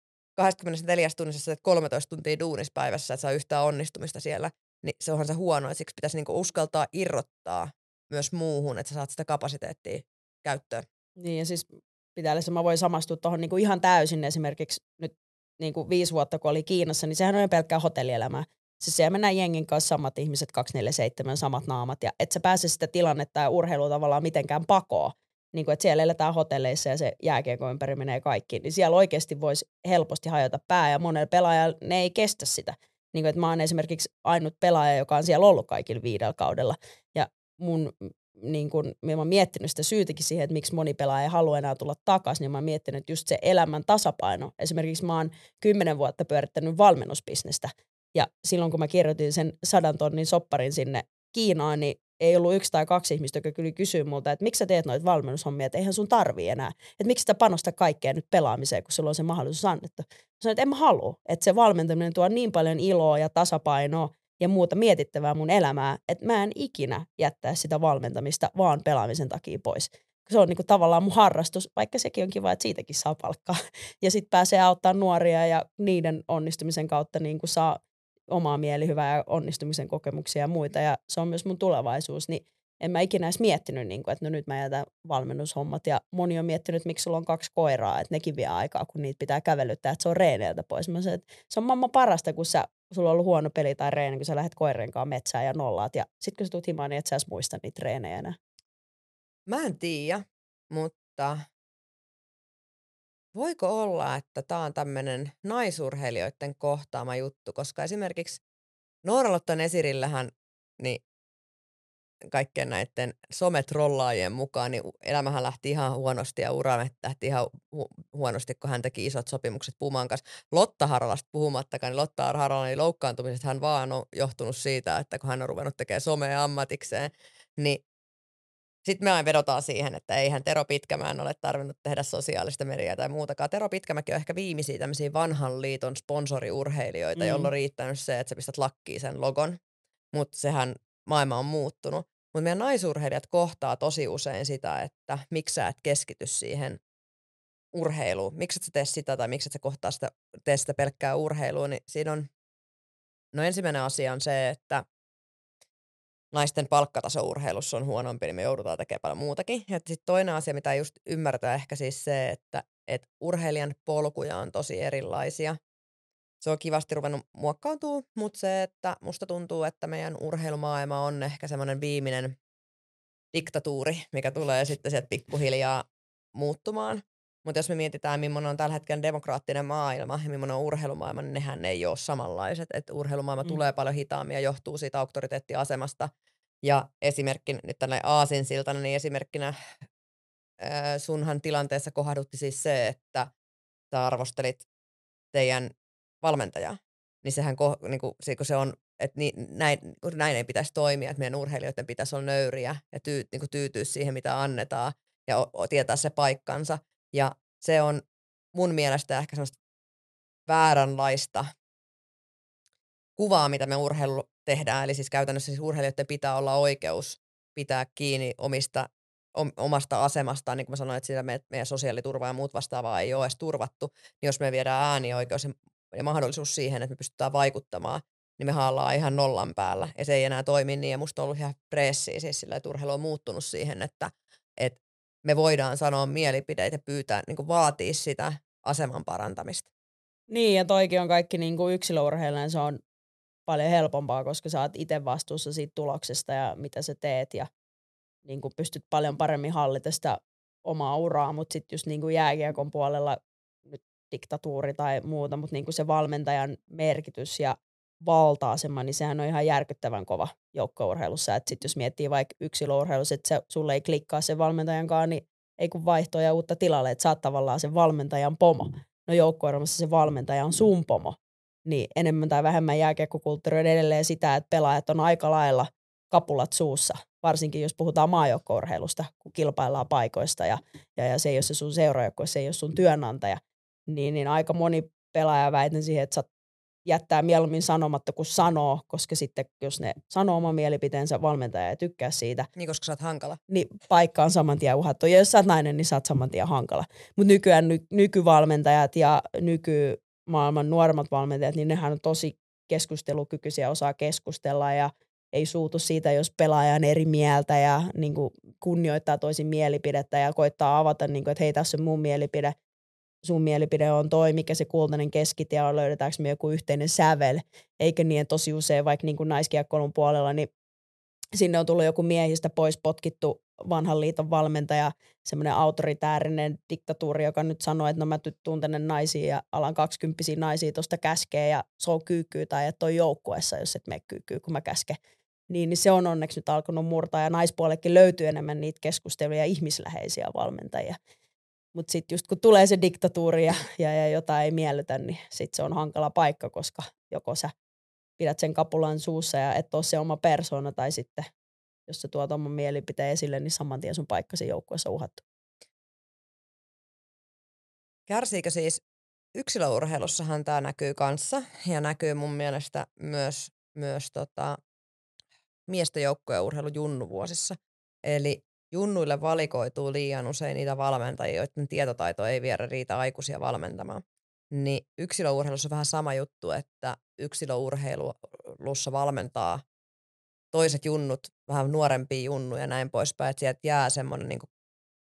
24 tunnissa sä teet 13 tuntia duunissa päivässä, että saa yhtään onnistumista siellä, niin se onhan se huono, että siksi pitäisi niinku uskaltaa irrottaa myös muuhun, että sä saat sitä kapasiteettia käyttöön. Niin ja siis pitää olla, mä voin samastua tuohon niinku ihan täysin esimerkiksi nyt niinku 5 vuotta kun oli Kiinassa, niin sehän on jo pelkkää hotellielämää. Siis siellä mennään jengin kanssa samat ihmiset 247, samat naamat ja et sä pääse sitä tilannetta ja urheilua tavallaan mitenkään pakoon. Niin kuin, että siellä eletään hotelleissa ja se jääkiekko ympäri menee kaikki, niin siellä oikeasti voisi helposti hajota pää ja monella pelaajalla ne ei kestä sitä. Niin kuin, että mä oon esimerkiksi ainut pelaaja, joka on siellä ollut kaikilla 5 kaudella ja mun niin kun, mä oon miettinyt sitä syytäkin siihen, että miksi moni pelaaja ei halua enää tulla takaisin, niin mä oon miettinyt, että just se elämän tasapaino. Esimerkiksi mä oon 10 vuotta pyörittänyt valmennusbisnestä, ja silloin kun mä kirjoitin sen 100 tonnin sopparin sinne Kiinaan, niin ei ollut 1 tai 2 ihmistä, joka kyllä kysyy multa, että miksi sä teet noita valmennushommia, että eihän sun tarvii enää. Että miksi sitä panosta kaikkea nyt pelaamiseen, kun sulla on se mahdollisuus annettu. Mä sanoin, että en mä halua, että se valmentaminen tuo niin paljon iloa ja tasapainoa, ja muuta mietittävää mun elämää, että mä en ikinä jättää sitä valmentamista vaan pelaamisen takia pois. Se on niinku tavallaan mun harrastus, vaikka sekin on kiva, että siitäkin saa palkkaa. Ja sitten pääsee auttaa nuoria ja niiden onnistumisen kautta niinku saa omaa mielihyvää ja onnistumisen kokemuksia ja muita. Ja se on myös mun tulevaisuus, niin en mä ikinä edes miettinyt, niinku, että no nyt mä jätän valmennushommat. Ja moni on miettinyt, että miksi sulla on 2 koiraa, että nekin vie aikaa, kun niitä pitää kävelyttää, että se on reeneiltä pois. Mä sanoin, että se on mamma parasta, kun sulla on ollut huono peli tai reeni, kun sä lähdet koirien kanssa metsään ja nollaat. Ja sit kun sä tulet himaan, niin et sä edes muista niitä reenejä enää. Mä en tiedä, mutta voiko olla, että tämä on tämmöinen naisurheilijoiden kohtaama juttu, koska esimerkiksi Noora-Lottan Esirillähän niin kaikkien näiden sometrollaajien mukaan, niin elämähän lähti ihan huonosti ja ura lähti ihan huonosti, kun hän teki isot sopimukset Puman kanssa. Lotta Haralasta puhumattakaan, niin Lotta Haralan loukkaantumiset hän vaan on johtunut siitä, että kun hän on ruvennut tekemään somea ammatikseen, niin sitten me aina vedotaan siihen, että eihän Tero Pitkämään ole tarvinnut tehdä sosiaalista mediaa tai muutakaan. Tero Pitkämäki on ehkä viimeisiä tämmöisiä vanhan liiton sponsoriurheilijoita, jolla on riittänyt se, että sä pistät lakkiin sen logon. Mutta sehän maailma on muuttunut. Mutta meidän naisurheilijat kohtaa tosi usein sitä, että miksi sä et keskity siihen urheiluun. Miksi et sä tee sitä tai miksi et sä tee sitä pelkkää urheilua. Niin siinä on, no ensimmäinen asia on se, että naisten palkkataso urheilussa on huonompi, niin me joudutaan tekemään paljon muutakin. Ja sitten toinen asia, mitä just ymmärtää ehkä siis se, että urheilijan polkuja on tosi erilaisia. Se on kivasti ruvennut muokkautuu, mutta se, että musta tuntuu, että meidän urheilumaailma on ehkä semmoinen viimeinen diktatuuri, mikä tulee sitten sieltä pikkuhiljaa muuttumaan. Mutta jos me mietitään, millainen on tällä hetkellä demokraattinen maailma ja millainen on urheilumaailma, niin nehän ei ole samanlaiset. Et urheilumaailma tulee paljon hitaammin ja johtuu siitä auktoriteettiasemasta. Ja esimerkkinä, nyt tällainen aasinsiltana, niin esimerkkinä sunhan tilanteessa kohdutti siis se, että sä arvostelit teidän valmentajaa. Niin sehän, niinku, kun se on, että näin ei pitäisi toimia, että meidän urheilijoiden pitäisi olla nöyriä ja niinku tyytyä siihen, mitä annetaan ja tietää se paikkansa. Ja se on mun mielestä ehkä semmoista vääränlaista kuvaa, mitä me urheilu tehdään. Eli siis käytännössä siis urheilijoiden pitää olla oikeus pitää kiinni omasta asemastaan. Niin kuin mä sanoin, että siinä meidän sosiaaliturva ja muut vastaavaa ei ole edes turvattu. Niin jos me viedään äänioikeus ja mahdollisuus siihen, että me pystytään vaikuttamaan, niin me ollaan ihan nollan päällä. Ja se ei enää toimi niin. Ja musta on ollut ihan pressiä siis sillä, että urheilu on muuttunut siihen, että me voidaan sanoa mielipiteitä ja pyytää, niin kuin vaatia sitä aseman parantamista. Niin, ja toikin on kaikki niin kuin yksilöurheilijan, se on paljon helpompaa, koska sä oot itse vastuussa siitä tuloksesta ja mitä sä teet, ja niin kuin pystyt paljon paremmin hallita sitä omaa uraa, mutta sitten just niin kuin jääkiekon puolella nyt diktatuuri tai muuta, mutta niin kuin se valmentajan merkitys ja valta-asema, niin sehän on ihan järkyttävän kova joukkueurheilussa. Että sitten jos miettii vaikka yksilöurheilussa, että sulle ei klikkaa sen valmentajankaan, niin ei kun vaihtoa ja uutta tilalle, että sä oot tavallaan sen valmentajan pomo. No joukkueurheilussa se valmentaja on sun pomo. Niin enemmän tai vähemmän jääkiekkokulttuuri on edelleen sitä, että pelaajat on aika lailla kapulat suussa, varsinkin jos puhutaan maajoukkueurheilusta, kun kilpaillaan paikoista ja se ei ole se sun seurajoukkue, se ei ole sun työnantaja, niin aika moni pelaaja väitän siihen, että jättää mieluummin sanomatta kuin sanoo, koska sitten jos ne sanoo oman mielipiteensä, valmentaja ei tykkää siitä. Niin, koska sä oot hankala. Niin paikka on saman tien uhattu. Ja jos sä oot nainen, niin sä oot saman tien hankala. Mutta nykyään nykyvalmentajat ja nykymaailman nuoremmat valmentajat, niin nehän on tosi keskustelukykyisiä, osaa keskustella ja ei suutu siitä, jos pelaaja on eri mieltä ja niin kuin kunnioittaa toisin mielipidettä ja koittaa avata, niin kuin, että hei, tässä on mun mielipide, sun mielipide on toi, mikä se kultainen keskitie on, löydetäänkö me joku yhteinen sävel, eikä niin, että tosi usein vaikka niin kuin naiskiekkoilun puolella, niin sinne on tullut joku miehistä pois potkittu vanhan liiton valmentaja, semmoinen autoritäärinen diktatuuri, joka nyt sanoo, että no mä tuntenen naisia ja alan 20 naisia tuosta käskee ja se on kyykkyy tai että on joukkueessa, jos et mene kyykkyy, kun mä käsken. Niin se on onneksi nyt alkanut murtaa ja naispuolellekin löytyy enemmän niitä keskusteluja ja ihmisläheisiä valmentajia. Mutta sitten just kun tulee se diktatuuri ja jotain ei miellytä, niin sitten se on hankala paikka, koska joko sä pidät sen kapulan suussa ja et ole se oma persoona, tai sitten jos sä tuot oman mielipiteen esille, niin saman tien sun paikkasi joukkueessa uhattu. Kärsiikö siis yksilöurheilussahan tämä näkyy kanssa ja näkyy mun mielestä myös miesten joukkojen urheilu junnuvuosissa. Eli junnuille valikoituu liian usein niitä valmentajia, joiden tietotaito ei vielä riitä aikuisia valmentamaan. Niin yksilöurheilussa on vähän sama juttu, että yksilöurheilussa valmentaa toiset junnut, vähän nuorempia junnuja ja näin poispäin, että sieltä jää semmoinen niin kuin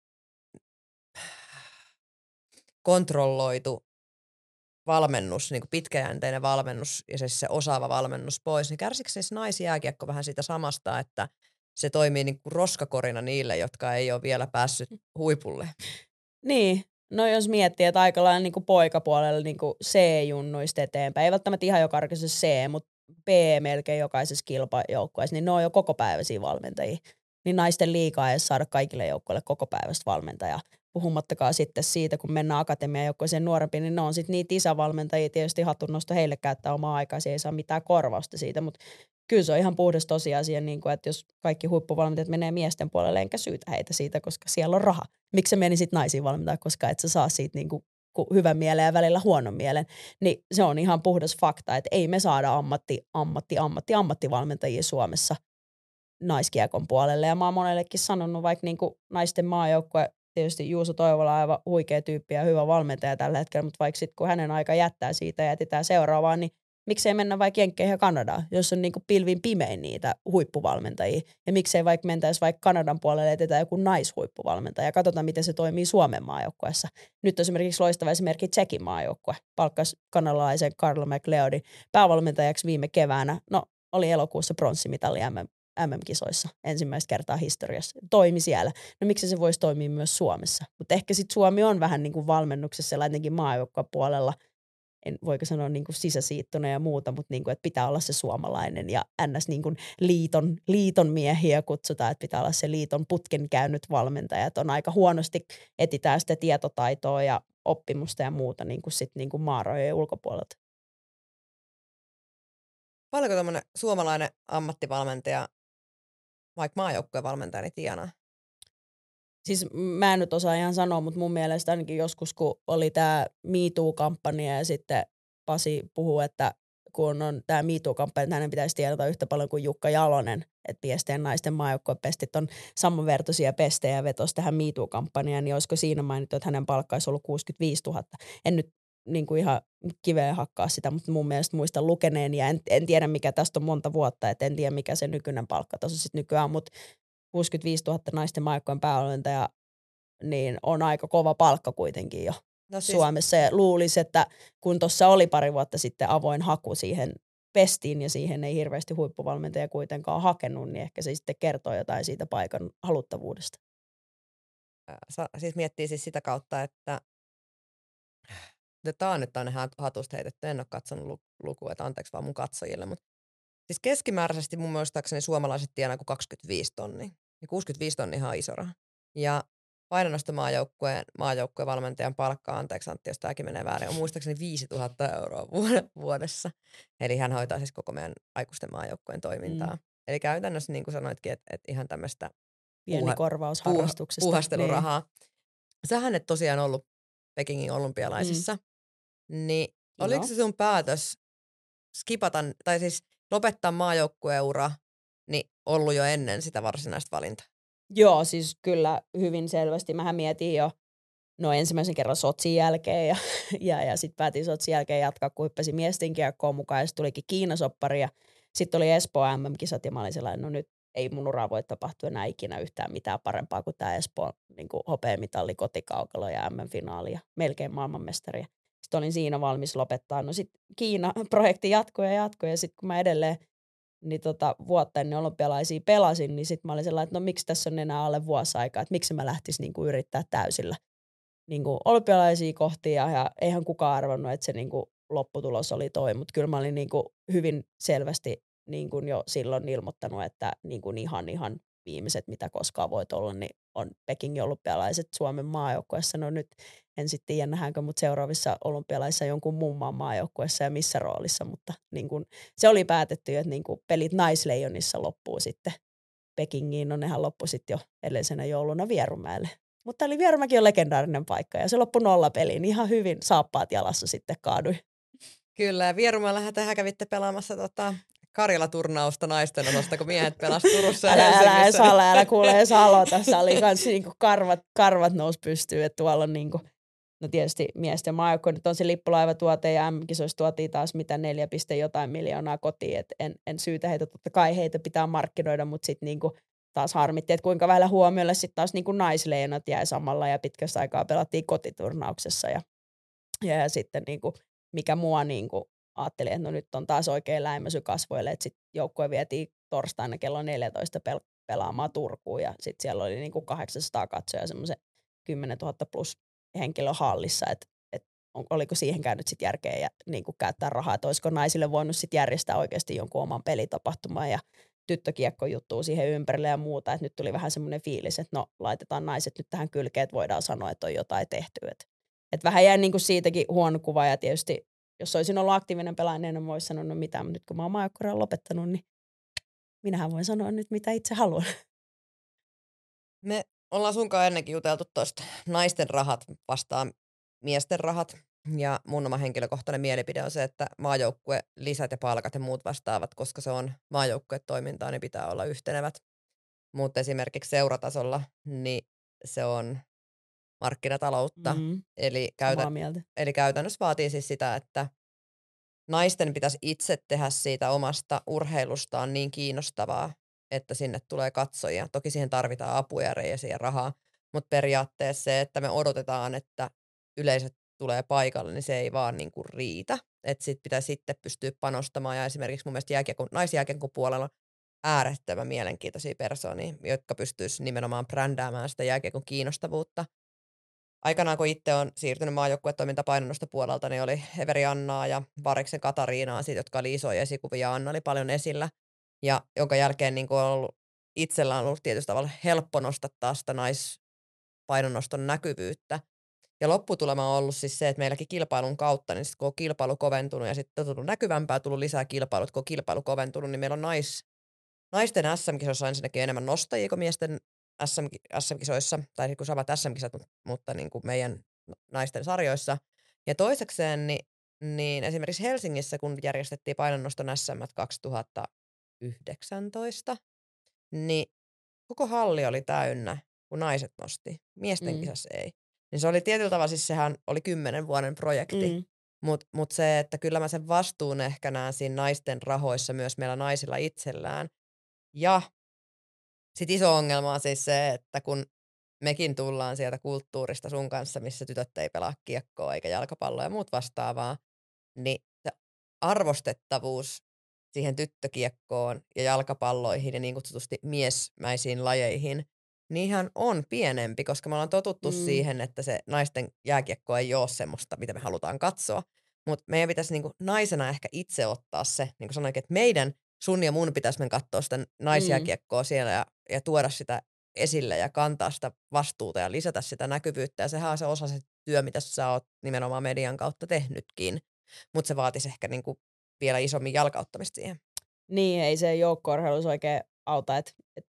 kontrolloitu valmennus, niin kuin pitkäjänteinen valmennus ja se osaava valmennus pois, niin kärsikö siis naisjääkiekko vähän siitä samasta, että se toimii niin kuin roskakorina niille, jotka ei ole vielä päässyt huipulle? Niin, no jos miettii, että aika lailla niin kuin poikapuolella niin kuin C-junnuista eteenpäin, ei välttämättä ihan joka arkisessa C, mutta B melkein jokaisessa kilpajoukkueessa, niin ne on jo kokopäiväisiä valmentajia. Niin naisten liigaa ei saada kaikille joukkoille kokopäiväistä valmentajaa. Puhumattakaan sitten siitä, kun mennään akatemian joukkueeseen nuorempiin, niin ne on sitten niitä isävalmentajia, tietysti hatunnosto heille käyttää omaa aikaa, ei saa mitään korvausta siitä, mutta kyllä se on ihan puhdas tosiasia, niin kuin, että jos kaikki huippuvalmentajat menee miesten puolelle, enkä syytä heitä siitä, koska siellä on raha. Miksi se meni sitten naisiin valmentaa, koska et sä saa siitä niin kuin hyvän mielen ja välillä huonon mielen, niin se on ihan puhdas fakta, että ei me saada ammattivalmentajia Suomessa naiskiekon puolelle. Ja mä oon monellekin sanonut, vaikka niin kuin naisten maajoukkue, tietysti Juuso Toivola on aivan huikea tyyppi ja hyvä valmentaja tällä hetkellä, mutta vaikka sitten kun hänen aika jättää siitä ja jätetään seuraavaan, niin miksei mennä vaikka Jenkkeihin ja Kanadaan, jos on niin kuin pilvin pimein niitä huippuvalmentajia. Ja miksei vaikka mentäisi vaikka Kanadan puolelle, etetään joku naishuippuvalmentaja ja katsotaan, miten se toimii Suomen maajoukkueessa. Nyt on esimerkiksi loistava esimerkki Tsekin maajoukkue. Palkkasi kanadalaisen Carlo McLeodin päävalmentajaksi viime keväänä. No, oli elokuussa pronssimitali MM-kisoissa ensimmäistä kertaa historiassa. Toimi siellä. No miksi se voisi toimia myös Suomessa? Mutta ehkä sitten Suomi on vähän niin kuin valmennuksessa ja etenkin maajoukkuepuolella, en voiko sanoa niin kuin sisäsiittona ja muuta, mutta niin kuin, että pitää olla se suomalainen ja ns. Niin kuin liiton miehiä kutsutaan, että pitää olla se liiton putken käynyt valmentaja, että on aika huonosti etsitään sitä tietotaitoa ja oppimusta ja muuta niin kuin sit niin kuin maarajojen ulkopuolelta. Paljonko tämmöinen suomalainen ammattivalmentaja, vaikka maajoukkueen valmentaja, niin tienaa? Siis mä en nyt osaa ihan sanoa, mutta mun mielestä ainakin joskus, kun oli tämä Me Too-kampanja ja sitten Pasi puhuu, että kun on tämä Me Too-kampanja, että hänen pitäisi tiedota yhtä paljon kuin Jukka Jalonen, että miesten ja naisten maajoukkuepestit on samanvertaisia pestejä ja vetosi tähän Me Too-kampanjaan, niin olisiko siinä mainittu, että hänen palkka olisi ollut 65 000. En nyt niin kuin ihan kiveen hakkaa sitä, mutta mun mielestä muistan lukeneen ja en tiedä mikä tästä on monta vuotta, että en tiedä mikä se nykyinen palkkataso sitten nykyään on, mutta 65 000 naisten maajoukkueen päävalmentaja, niin on aika kova palkka kuitenkin jo Suomessa. Ja luulisi, että kun tuossa oli pari vuotta sitten avoin haku siihen pestiin ja siihen ei hirveästi huippuvalmentaja kuitenkaan hakenut, niin ehkä se sitten kertoo jotain siitä paikan haluttavuudesta. Siis miettii siis sitä kautta, että tämä on nyt tänne hatusta heitetty, en ole katsonut lukua, että anteeksi vaan mun katsojille, mutta siis keskimääräisesti mun muistaakseni suomalaiset tienaa kuin 25 tonnia. Niin 65 tonnia ihan iso raha. Ja painonnostomaajoukkueen valmentajan palkka, anteeksi Antti, jos tämäkin menee väärin, on muistaakseni 5 000 euroa vuodessa. Eli hän hoitaa siis koko meidän aikuisten maajoukkueen toimintaa. Eli käytännössä niin kuin sanoitkin, että ihan tämmöistä pieni korvaus harrastuksesta. Puhastelurahaa. Niin. Sähän et tosiaan ollut Pekingin olympialaisissa. Niin oliko se sun päätös skipata, tai siis lopettaa maajoukkueura, niin ollut jo ennen sitä varsinaista valintaa? Joo, siis kyllä hyvin selvästi. Mähän mietin jo ensimmäisen kerran Sotsin jälkeen ja sitten päätin Sotsin jälkeen jatkaa, kun hyppäsin miesten kiekkoon mukaan ja sitten tulikin Kiinasoppari ja sitten oli Espoo MM-kisat ja mä olin sellainen, no nyt ei mun uraa voi tapahtua enää ikinä yhtään mitään parempaa kuin tämä Espoon niin hopeamitalli, kotikaukalo ja MM-finaali ja melkein maailmanmestari. Sitten olin siinä valmis lopettaa. No sitten Kiina-projekti jatkoi ja sitten kun mä edelleen niin vuotta ennen olympialaisia pelasin, niin sitten mä olin sellainen, että no miksi tässä on enää alle vuosi aikaa, että miksi mä lähtisin niinku yrittää täysillä niinku olympialaisia kohti ja eihän kukaan arvannut, että se niinku lopputulos oli toi, mutta kyllä mä olin niinku hyvin selvästi niinku jo silloin ilmoittanut, että niinku ihan viimeiset, mitä koskaan voit olla, niin on Pekingin olympialaiset Suomen maajoukkueessa. No nyt en sitten tiedä, nähdäänkö mut seuraavissa olympialaisissa jonkun muun maan maajoukkueessa ja missä roolissa, mutta niin kun, se oli päätetty, että niin kun pelit Naisleijonissa loppuu sitten Pekingiin. No nehän loppu sitten jo edellisenä jouluna Vierumäelle. Mutta oli Vierumäki on legendaarinen paikka ja se loppui 0 peliin. Ihan hyvin saappaat jalassa sitten kaadui. Kyllä, ja Vierumäellähän tähän kävitte pelaamassa Karjala-turnausta naisten osasta, kun miehet pelasivat Turussa. Älä kuule Salo. Tässä oli kans niinku karvat nousi pystyyn, että tuolla on niinku, no tietysti miesten maajoukko, nyt on se lippulaivatuote ja M-kisoissa tuotiin taas mitä 4, jotain miljoonaa kotiin, että en syytä heitä, totta kai heitä pitää markkinoida, mutta sitten niinku taas harmitti, että kuinka vähällä huomiolle sitten taas niinku naisleijonat jäi samalla ja pitkästä aikaa pelattiin kotiturnauksessa ja sitten niinku, mikä mua niinku ajattelin, että no nyt on taas oikein läimäsy kasvoille, että sitten joukkue vietiin torstaina kello 14 pelaamaan Turkuun ja sitten siellä oli niinku 800 katsojaa semmoisen 10 000 plus henkilö hallissa, että oliko siihen käynyt sitten järkeä ja niinku käyttää rahaa, että olisiko naisille voinut sitten järjestää oikeasti jonkun oman pelitapahtuman ja tyttökiekkojuttua siihen ympärille ja muuta, että nyt tuli vähän semmoinen fiilis, että no laitetaan naiset nyt tähän kylkeen, että voidaan sanoa, että on jotain tehty, että vähän jäi niinku siitäkin huono kuva ja tietysti jos olisin ollut aktiivinen pelaaja, niin en voisi sanoa no mitään, mutta nyt kun mä oon maajoukkueen lopettanut, niin minähän voin sanoa nyt mitä itse haluan. Me ollaan sunkaan ennenkin juteltu tuosta naisten rahat vastaan miesten rahat. Ja mun oma henkilökohtainen mielipide on se, että maajoukkue lisät ja palkat ja muut vastaavat, koska se on maajoukkuetoimintaa, niin pitää olla yhtenevät. Mutta esimerkiksi seuratasolla, niin se on markkinataloutta. Eli käytännössä vaatii siis sitä, että naisten pitäisi itse tehdä siitä omasta urheilustaan niin kiinnostavaa, että sinne tulee katsojia. Toki siihen tarvitaan apuja ja rahaa, mutta periaatteessa se, että me odotetaan, että yleisöt tulee paikalle, niin se ei vaan niinku riitä. Että sit pitää sitten pystyä panostamaan ja esimerkiksi mun mielestä naisjääkiekon puolella äärettömän mielenkiintoisia persoonia, jotka pystyisivät nimenomaan brändäämään sitä jääkiekon kiinnostavuutta. Aikanaan, kun itse on siirtynyt maajoukkuetoimintapainonnosta puolelta, niin oli Everi Annaa ja Variksen Katariinaa, jotka oli isoja esikuvia. Anna oli paljon esillä, ja jonka jälkeen niin on ollut, itsellä on ollut tietysti tavalla helppo nostattaa sitä naispainonnoston näkyvyyttä. Ja lopputulema on ollut siis se, että meilläkin kilpailun kautta, niin sitten kun on kilpailu koventunut ja sitten on tullut näkyvämpää, tullut lisää kilpailut, kun on kilpailu koventunut, niin meillä on naisten SM-kisoissa ensinnäkin enemmän nostajia kuin miesten SM-kisoissa, tai niin kuin samat SM-kisat, mutta niin kuin meidän naisten sarjoissa. Ja toisekseen, niin esimerkiksi Helsingissä, kun järjestettiin painonnoston SM 2019, niin koko halli oli täynnä, kun naiset nosti. Miesten kisassa ei. Niin se oli tietyllä tavalla, siis sehän oli 10 vuoden projekti. Mut se, että kyllä mä sen vastuun ehkä näen siinä naisten rahoissa myös meillä naisilla itsellään. Ja sitten iso ongelma on siis se, että kun mekin tullaan sieltä kulttuurista sun kanssa, missä tytöt ei pelaa kiekkoa eikä jalkapalloa ja muut vastaavaa, niin se arvostettavuus siihen tyttökiekkoon ja jalkapalloihin ja niin kutsutusti miesmäisiin lajeihin, niinhän on pienempi, koska me ollaan totuttu siihen, että se naisten jääkiekko ei ole semmoista, mitä me halutaan katsoa. Mutta meidän pitäisi niinku naisena ehkä itse ottaa se, niin kuin sanoinkin, että sun ja mun pitäisi mennä katsoa sitä naisjääkiekkoa siellä ja tuoda sitä esille ja kantaa sitä vastuuta ja lisätä sitä näkyvyyttä. Ja sehän on se osa se työ, mitä sä oot nimenomaan median kautta tehnytkin. Mutta se vaatisi ehkä niinku vielä isommin jalkauttamista siihen. Niin, ei se joukko-urheilussa oikein auta, että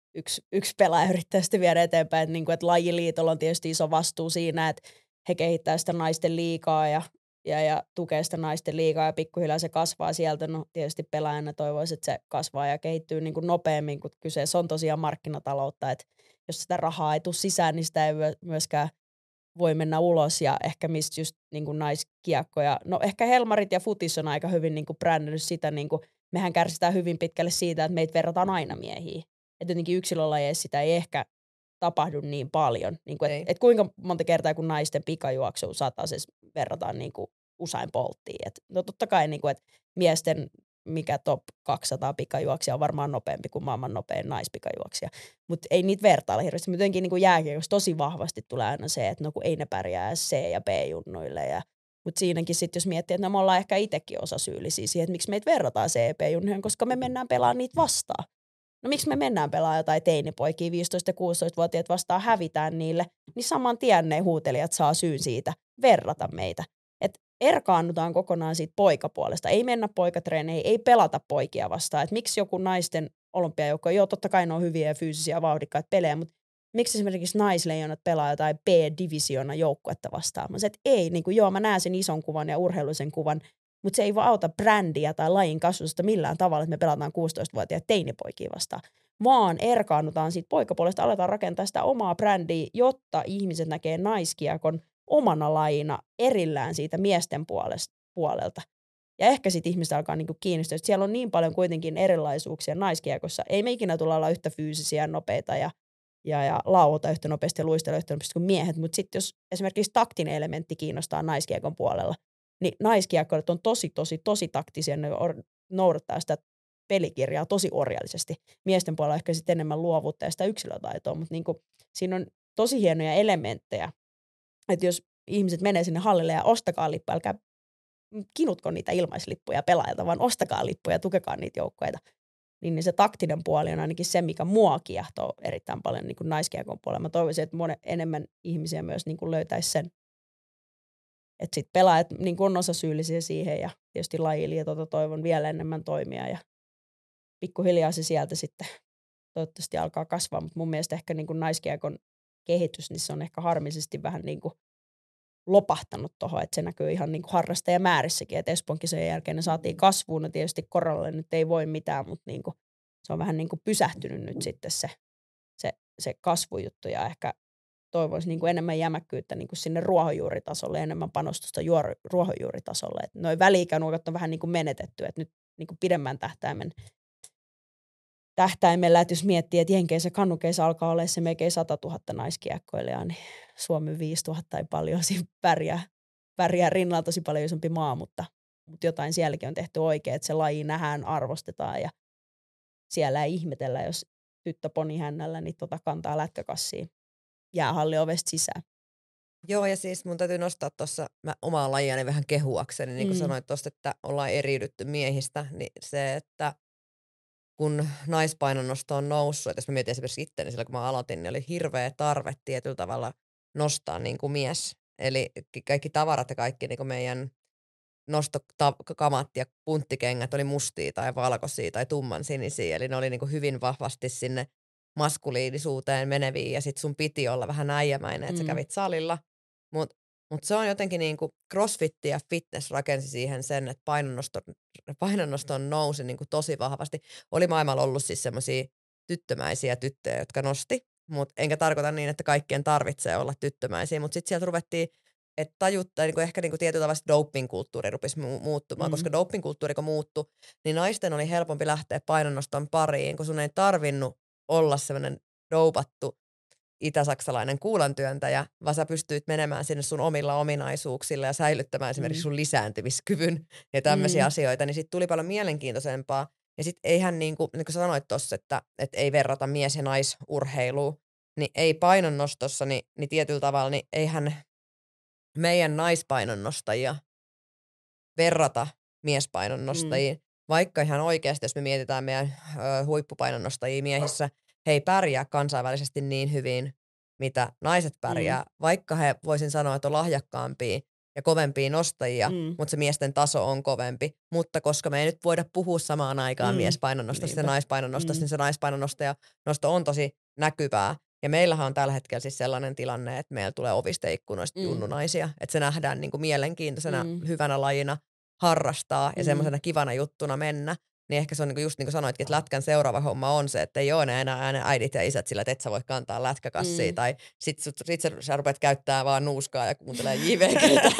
yksi pelaaja yrittää sitten viedä eteenpäin. Että niinku, et lajiliitolla on tietysti iso vastuu siinä, että he kehittää sitä naisten liigaa ja tukee sitä naisten liigaa ja pikkuhiljaa se kasvaa sieltä. No tietysti pelaajana toivoisi, että se kasvaa ja kehittyy niin kuin nopeammin, kun kyseessä on tosiaan markkinataloutta, että jos sitä rahaa ei tule sisään, niin sitä ei myöskään voi mennä ulos ja ehkä mistä just niin kuin naiskiekkoja. No ehkä Helmarit ja Futis on aika hyvin niin kuin brändännyt sitä, niin kuin, mehän kärsitään hyvin pitkälle siitä, että meitä verrataan aina miehiin. Että jotenkin yksilölajeissa sitä ei ehkä tapahdu niin paljon. Niin kuin, et kuinka monta kertaa kun naisten pikajuoksuun saataisiin verrataan niin kuin usein polttiin. No totta kai, niin kuin, että miesten mikä top 200 pikajuoksija on varmaan nopeampi kuin maailman nopein naispikajuoksija. Mutta ei niitä vertailla hirveästi. Jotenkin niin jääkiekossa tosi vahvasti tulee aina se, että no kun ei ne pärjää C- ja B-junnuille. Mutta siinäkin sitten, jos miettii, että no me ollaan ehkä itsekin osasyyllisiä siihen, että miksi meitä verrataan C- ja B-junnuihin, koska me mennään pelaamaan niitä vastaan. No miksi me mennään pelaamaan jotain teinipoikia, 15- ja 16-vuotiaat vastaan hävitään niille, niin saman tien ne huutelijat saa syyn siitä verrata meitä. Että erkaannutaan kokonaan siitä poikapuolesta. Ei mennä poikatreeneihin, ei pelata poikia vastaan. Että miksi joku naisten olympiajoukko, joo totta kai ne on hyviä ja fyysisiä ja vauhdikkaita pelejä, mutta miksi esimerkiksi naisleijonat pelaa jotain B-divisiona joukkuetta vastaan? Että ei, niin kuin, joo mä näen sen ison kuvan ja urheiluisen kuvan, mutta se ei vaan auta brändiä tai lajin kasvusta millään tavalla, että me pelataan 16-vuotiaat teinipoikia vastaan, vaan erkaannutaan siitä poikapuolesta, aletaan rakentaa sitä omaa brändiä, jotta ihmiset näkee naiskiekon omana lajina erillään siitä miesten puolelta. Ja ehkä sitten ihmiset alkaa niinku kiinnostua, että siellä on niin paljon kuitenkin erilaisuuksia naiskiekossa. Ei me ikinä tulla olla yhtä fyysisiä, nopeita ja lauota yhtä nopeasti ja luistella yhtä nopeasti kuin miehet, mutta sitten jos esimerkiksi taktinen elementti kiinnostaa naiskiekon puolella, niin naiskiekkoilijat on tosi taktisia, ne noudattaa sitä pelikirjaa tosi orjallisesti. Miesten puolella ehkä sitten enemmän luovuutta ja sitä yksilötaitoa, mutta niinku, siinä on tosi hienoja elementtejä, että jos ihmiset menee sinne hallille ja ostakaa lippuja, älkää kinutko niitä ilmaislippuja pelaajilta, vaan ostakaa lippuja ja tukekaa niitä joukkoita. Niin se taktinen puoli on ainakin se, mikä mua kiehtoo erittäin paljon niin kuin naiskiekon puolella. Mä toivoisin, että enemmän ihmisiä myös niin kuin löytäisi sen. Että sitten pelaajat niin kuin on osasyyllisiä siihen ja tietysti lajiliitolta toivon vielä enemmän toimia ja pikkuhiljaa se sieltä sitten toivottavasti alkaa kasvaa. Mutta mun mielestä ehkä niin kuin naiskiekon kehitys, niin se on ehkä harmisesti vähän niin kuin lopahtanut tuohon, että se näkyy ihan niin kuin harrastajamäärissäkin, että Espoon kisojen jälkeen ne saatiin kasvuun, no tietysti korolle nyt ei voi mitään, mutta niin kuin, se on vähän niin kuin pysähtynyt nyt sitten se kasvujuttu ja ehkä toivoisi niin kuin enemmän jämäkkyyttä niin kuin sinne ruohonjuuritasolle, enemmän panostusta ruohonjuuritasolle, että noi väli-ikäluokat on vähän niin kuin menetetty, että nyt niin kuin pidemmän tähtäimellä, että jos miettii, että Jenkeissä kannukeissa alkaa olla se melkein 100 000 naiskiekkoilijaa, niin Suomen 5 000 ei paljon siinä pärjää rinnalla tosi paljon isompi maa, mutta jotain sielläkin on tehty oikein, että se laji nähdään, arvostetaan ja siellä ei ihmetellä, jos tyttö ponihännällä niin kantaa lätkäkassiin jäähalli ovesta sisään. Joo, ja siis mun täytyy nostaa tuossa omaa lajiani vähän kehuakseni, niin kuin sanoit tuosta, että ollaan eriydytty miehistä, niin se, että kun naispainonnosto on noussut, että jos mä mietin esimerkiksi itteni silloin, kun mä aloitin, niin oli hirveä tarve tietyllä tavalla nostaa niin kuin mies. Eli kaikki tavarat ja kaikki niin kuin meidän nostokamat ja punttikengät oli mustia tai valkoisia tai tummansinisiä, eli ne oli niin kuin hyvin vahvasti sinne maskuliinisuuteen meneviä, ja sit sun piti olla vähän äijämäinen, että sä kävit salilla, mutta se on jotenkin niin kuin crossfit ja fitness rakensi siihen sen, että painonnosto nousi niin kuin tosi vahvasti. Oli maailmalla ollut siis semmoisia tyttömäisiä tyttöjä, jotka nosti, mutta enkä tarkoita niin, että kaikkien tarvitsee olla tyttömäisiä, mutta sitten sieltä ruvettiin että tajuttaa, niin ehkä niin tietyllä tavalla doping-kulttuuri rupesi muuttumaan, koska doping-kulttuuri kun muuttui, niin naisten oli helpompi lähteä painonnoston pariin, kun sun ei tarvinnut olla sellainen dopattu itäsaksalainen kuulantyöntäjä, vaan sä pystyit menemään sinne sun omilla ominaisuuksilla ja säilyttämään esimerkiksi sun lisääntymiskyvyn ja tämmöisiä asioita, niin sitten tuli paljon mielenkiintoisempaa. Ja sitten eihän niin kuin sanoit tuossa, että ei verrata mies- ja naisurheilua, niin ei painonnostossa, niin tietyllä tavalla, niin eihän meidän naispainonnostajia verrata miespainonnostajiin, vaikka ihan oikeasti, jos me mietitään meidän huippupainonnostajia miehissä, he ei pärjää kansainvälisesti niin hyvin, mitä naiset pärjää, vaikka he voisin sanoa, että on lahjakkaampia ja kovempia nostajia, mutta se miesten taso on kovempi. Mutta koska me ei nyt voida puhua samaan aikaan miespainonnostosta ja naispainonnostosta, niin se naispainonnostaja nosto on tosi näkyvää. Ja meillähän on tällä hetkellä siis sellainen tilanne, että meillä tulee ovista ja ikkunoista junnunaisia, että se nähdään niin kuin mielenkiintoisena, hyvänä lajina harrastaa ja semmoisena kivana juttuna mennä. Niin ehkä se on just niin kuin sanoitkin, että lätkän seuraava homma on se, että ei ole enää äidit ja isät sillä, että et sä voi kantaa lätkäkassia tai sit sä rupeat käyttää vaan nuuskaa ja kuuntelee JVGtä.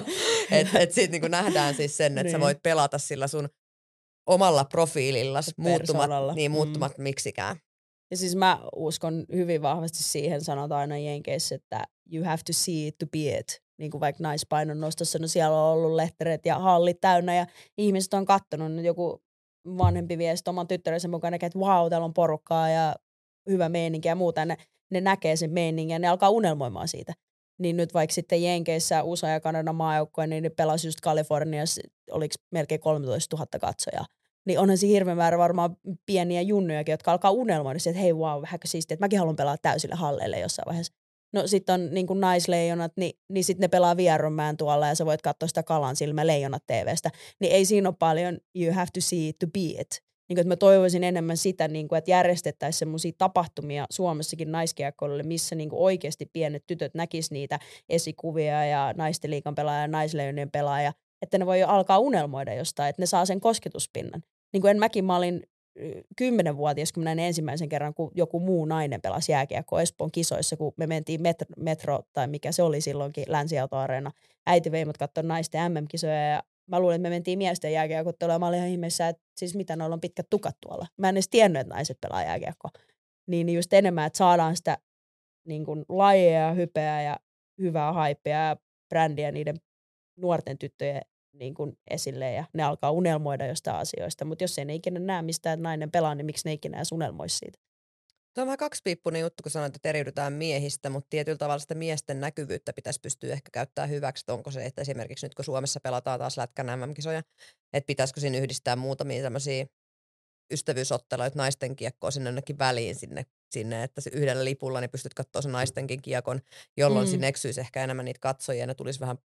että sit niin kuin nähdään siis sen, että sä voit pelata sillä sun omalla profiilillasi muuttumat miksikään. Ja siis mä uskon hyvin vahvasti siihen, sanotaan aina Jenkeissä, että you have to see it to be it. Niin kuin vaikka naispainonnostossa, no siellä on ollut lehtereet ja hallit täynnä ja ihmiset on kattonut, nyt joku vanhempi vie oman tyttärensä mukaan, näkee, että vau, täällä on porukkaa ja hyvä meininki ja muuta. Ne näkee sen meiningin ja ne alkaa unelmoimaan siitä. Niin nyt vaikka sitten Jenkeissä USA ja Kanadan maajoukkoja, niin ne pelasi just Kaliforniassa, oliko melkein 13 000 katsojaa. Niin onhan se hirveän määrä varmaan pieniä junnujakin, jotka alkaa unelmoida, että hei wow, vähänkö siistiä, että mäkin haluan pelaa täysille halleille jossain vaiheessa. No sit on niin kuin naisleijonat, niin sit ne pelaa Vieronmäen tuolla ja sä voit katsoa sitä Kalan silmä leijonat TV:stä. Niin ei siinä ole paljon you have to see it to be it. Niin kuin, että mä toivoisin enemmän sitä, niin kuin, että järjestettäisiin semmoisia tapahtumia Suomessakin naiskiekkoille, missä niin kuin oikeasti pienet tytöt näkis niitä esikuvia ja naisten liigan pelaaja ja naisleijonien pelaaja, että ne voi jo alkaa unelmoida jostain, että ne saa sen kosketuspinnan. Niin kuin mä olin 10-vuotias, kun mä näin ensimmäisen kerran, kun joku muu nainen pelasi jääkiekkoa Espoon kisoissa, kun me mentiin metro, tai mikä se oli silloinkin, Länsiautoareena. Äiti vei mut katsoa naisten MM-kisoja, ja mä luulin, että me mentiin miesten jääkiekkoa, ja mä olin ihan ihmeessä, että siis mitä noilla on pitkät tukat tuolla. Mä en edes tiennyt, että naiset pelaa jääkiekkoa. Niin just enemmän, että saadaan sitä niin kuin lajeja ja hypeä ja hyvää haippia ja brändiä niiden nuorten tyttöjen niin kuin esille ja ne alkaa unelmoida jostain asioista, mutta jos ei ne ikinä näe mistään nainen pelaa, niin miksi ne ikinä edes unelmoisi siitä? Tuo on vähän kaksipiippunen juttu, kun sanoit, että eriydytään miehistä, mutta tietyllä tavalla sitä miesten näkyvyyttä pitäisi pystyä ehkä käyttämään hyväksi. Että onko se, että esimerkiksi nyt kun Suomessa pelataan taas lätkän MM-kisoja, että pitäisikö siinä yhdistää muutamia tämmöisiä ystävyysotteluita naisten kiekkoa sinne jonnekin väliin sinne, että se yhdellä lipulla niin pystyt katsoa sen naistenkin kiekon, jolloin sinne eksyisi ehkä enemmän niitä katsojia ja ne tulisi vähän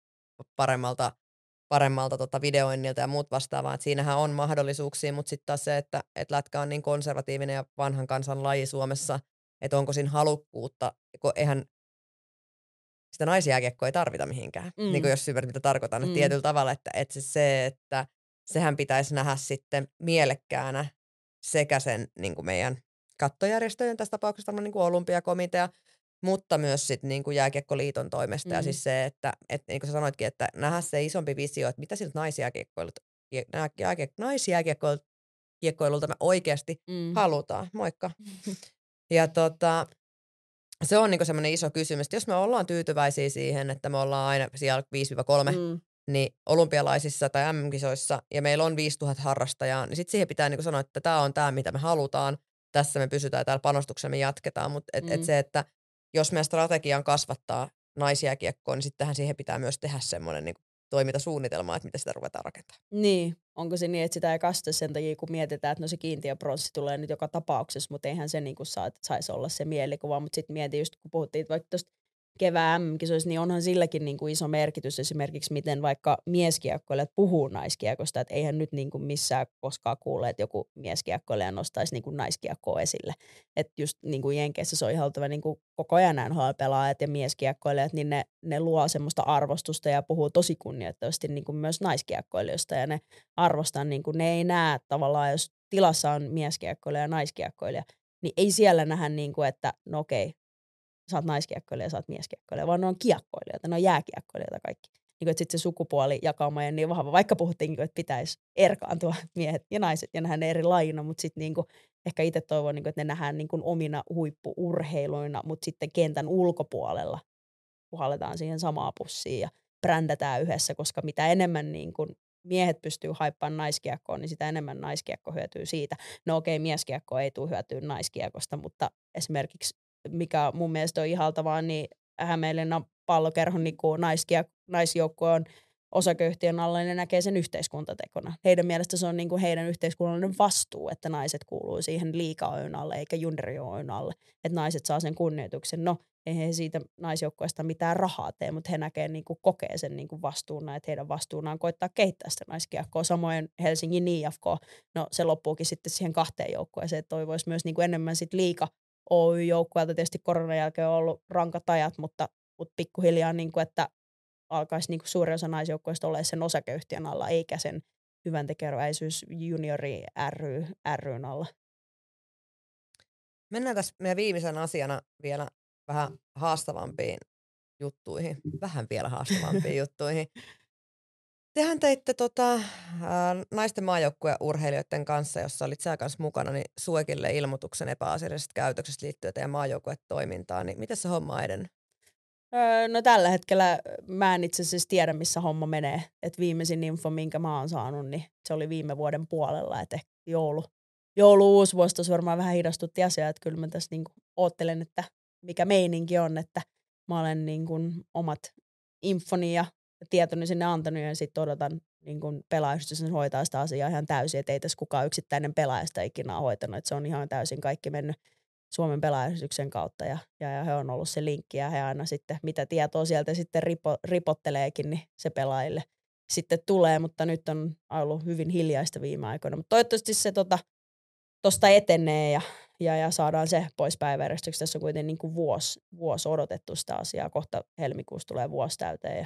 paremmalta videoinnilta ja muut vastaavaa. Siinähän on mahdollisuuksia, mutta sitten taas se, että lätkä on niin konservatiivinen ja vanhan kansan laji Suomessa, että onko siinä halukkuutta, kun eihän sitä naisjääkiekkoa ei tarvita mihinkään. Niin kuin jos ymmärrät, mitä tarkoitan, että tietyllä tavalla, että sehän pitäisi nähdä sitten mielekkäänä sekä sen niin kuin meidän kattojärjestöjen tässä tapauksessa niin kuin olympiakomitea, mutta myös sitten niin kuin jääkiekkoliiton toimesta. Ja siis se, että niin kuin sä sanoitkin, että nähdä se isompi visio, että mitä siltä naisjääkiekkoilulta me oikeasti halutaan. Moikka. Ja se on niinku semmoinen iso kysymys, että jos me ollaan tyytyväisiä siihen, että me ollaan aina siellä 5-3 niin olympialaisissa tai MM-kisoissa, ja meillä on 5000 harrastajaa, niin sitten siihen pitää niin sanoa, että tämä on tämä, mitä me halutaan, tässä me pysytään, täällä panostuksella me jatketaan, mutta se, että jos meidän strategia on kasvattaa naisia kiekkoon, niin sittenhän siihen pitää myös tehdä semmoinen niin toimintasuunnitelma, että miten sitä ruvetaan rakentamaan. Niin, onko se niin, että sitä ei kasteta sen takia, kun mietitään, että no se kiintiöpronssi tulee nyt joka tapauksessa, mutta eihän se niin saisi olla se mielikuva, mutta sitten mietin just, kun puhuttiin vaikka tuosta kevään MM-kisoissa, niin onhan silläkin niin kuin iso merkitys esimerkiksi, miten vaikka mieskiekkoilijat puhuu naiskiekosta, että eihän nyt niin kuin missään koskaan kuule, että joku mieskiekkoilija nostaisi niin kuin naiskiekkoa esille. Että just niin kuin Jenkeissä se on ihan oltava niin kuin koko ajan NHL-pelaajat ja mieskiekkoilijat, niin ne luo semmoista arvostusta ja puhuu tosi kunnioittavasti niin kuin myös naiskiekkoilijoista ja ne arvostaa, niin kuin ne ei näe tavallaan, jos tilassa on mieskiekkoilija ja naiskiekkoilija, niin ei siellä nähdä, niin kuin, että no okei, sä oot naiskiekkoilija ja sä oot mieskiekkoilija, vaan ne on kiekkoilijoita, ne on jääkiekkoilijoita kaikki. Niin että sitten se sukupuolijakauma on niin vahva, vaikka puhuttiin, että pitäisi erkaantua miehet ja naiset ja nähdä ne eri lajina, mutta sitten niin ehkä itse toivon, että ne nähdään niin omina huippuurheiluina, mutta sitten kentän ulkopuolella puhalletaan siihen samaa pussiin ja brändätään yhdessä, koska mitä enemmän niin kuin miehet pystyy haippaamaan naiskiekkoon, niin sitä enemmän naiskiekko hyötyy siitä. No okei, mieskiekko ei tule hyötyä naiskiekosta, mutta esimerkiksi mikä mun mielestä on ihaltavaa, niin Hämeenlinnan pallokerhon niin naisjoukkue on osakeyhtiön alla, niin ne näkee sen yhteiskuntatekona. Heidän mielestä se on niin kuin heidän yhteiskunnallinen vastuu, että naiset kuuluu siihen liiga-oyn alle eikä juniori-oyn alle, että naiset saa sen kunnioituksen. No, ei he siitä naisjoukkueesta mitään rahaa tee, mutta he näkee niin kuin kokee sen niin kuin vastuuna, että heidän vastuunaan koittaa kehittää sitä naiskiekkoa. Samoin Helsingin IFK, no se loppuukin sitten siihen 2 joukkueeseen, että toivoisi myös niin kuin enemmän sit liiga Oy-joukkueelta. Tietysti koronan jälkeen on ollut rankat ajat, mutta pikkuhiljaa, niin kuin, että alkaisi niin kuin suuri osa naisjoukkueesta olla sen osakeyhtiön alla, eikä sen hyvän tekeväisyys juniori ryn alla. Mennään tässä meidän viimeisen asiana vielä vähän haastavampiin juttuihin. Vähän vielä haastavampiin juttuihin. Tehän teitte naisten maajoukkueen urheilijoiden kanssa, jossa olit sä kanssa mukana, niin Suekille ilmoituksen epäasiallisesta käytöksestä liittyen teidän maajoukkuetoimintaan. Niin miten se homma on edennyt? No tällä hetkellä mä en itse asiassa tiedä, missä homma menee. Et viimeisin info, minkä mä oon saanut, niin se oli viime vuoden puolella. Et ehkä uusi vuosi tuossa varmaan vähän hidastutti asiaa. Että kyllä mä tässä niinku oottelen, että mikä meininki on. Että mä olen niinku omat infoni ja tietoni sinne antanut ja sitten odotan niinku pelaajayhdistys hoitaa sitä asiaa ihan täysin. Että ei tässä kukaan yksittäinen pelaaja sitä ikinä ole hoitanut. Et se on ihan täysin kaikki mennyt Suomen pelaajayhdistyksen kautta ja he on ollut se linkki ja he aina sitten, mitä tietoa sieltä sitten ripotteleekin, niin se pelaajille sitten tulee, mutta nyt on ollut hyvin hiljaista viime aikoina. Mutta toivottavasti se tosta etenee ja saadaan se pois päiväjärjestyksestä. Tässä on kuitenkin niin kuin vuosi odotettu sitä asiaa. Kohta helmikuussa tulee vuosi täyteen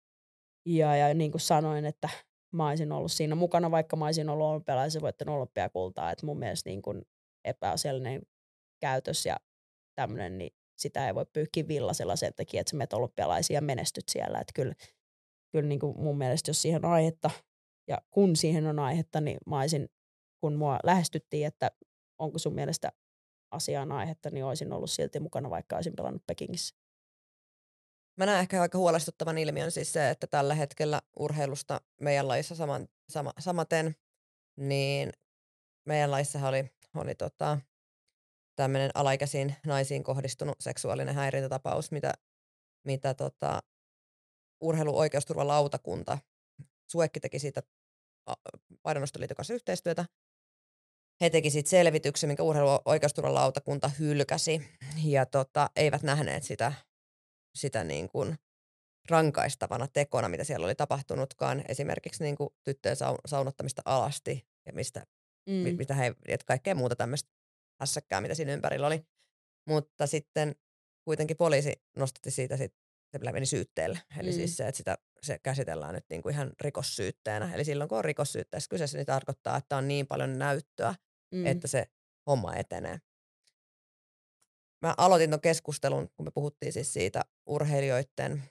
ja niin kuin sanoin, että mä olisin ollut siinä mukana, vaikka mä olisin ollut olympialaisen ja voittanut olympiakultaa. Että mun mielestä niin kuin epäasiallinen käytös ja tämmöinen, niin sitä ei voi pyyhkiä villasella sen takia, että sä menet olympialaisia ja menestyt siellä. Että kyllä niin kuin mun mielestä, jos siihen on aihetta ja kun siihen on aihetta, niin mä olisin, kun mua lähestyttiin, että onko sun mielestä asiaan aihetta, niin olisin ollut silti mukana, vaikka olisin pelannut Pekingissä. Mä näen ehkä aika huolestuttavan ilmiön siis se, että tällä hetkellä urheilusta meidän lajissa samaten, niin meidän laissahan oli tämmöinen alaikäisiin naisiin kohdistunut seksuaalinen häirintätapaus, mitä urheiluoikeusturvalautakunta, Suekki teki siitä painonnostoliiton kanssa yhteistyötä. He teki siitä selvityksen, minkä urheiluoikeusturvalautakunta hylkäsi ja eivät nähneet sitä niin kuin rankaistavana tekona, mitä siellä oli tapahtunutkaan. Esimerkiksi niin kuin tyttöjen saunottamista alasti ja mitä että kaikkea muuta tämmöistä hässäkkää, mitä siinä ympärillä oli. Mutta sitten kuitenkin poliisi nostatti siitä, se meni syytteelle. Eli siis se, että se käsitellään nyt niin kuin ihan rikossyytteenä. Eli silloin kun on rikossyytteessä kyseessä, niin tarkoittaa, että on niin paljon näyttöä, että se homma etenee. Mä aloitin ton keskustelun, kun me puhuttiin siis siitä urheilijoiden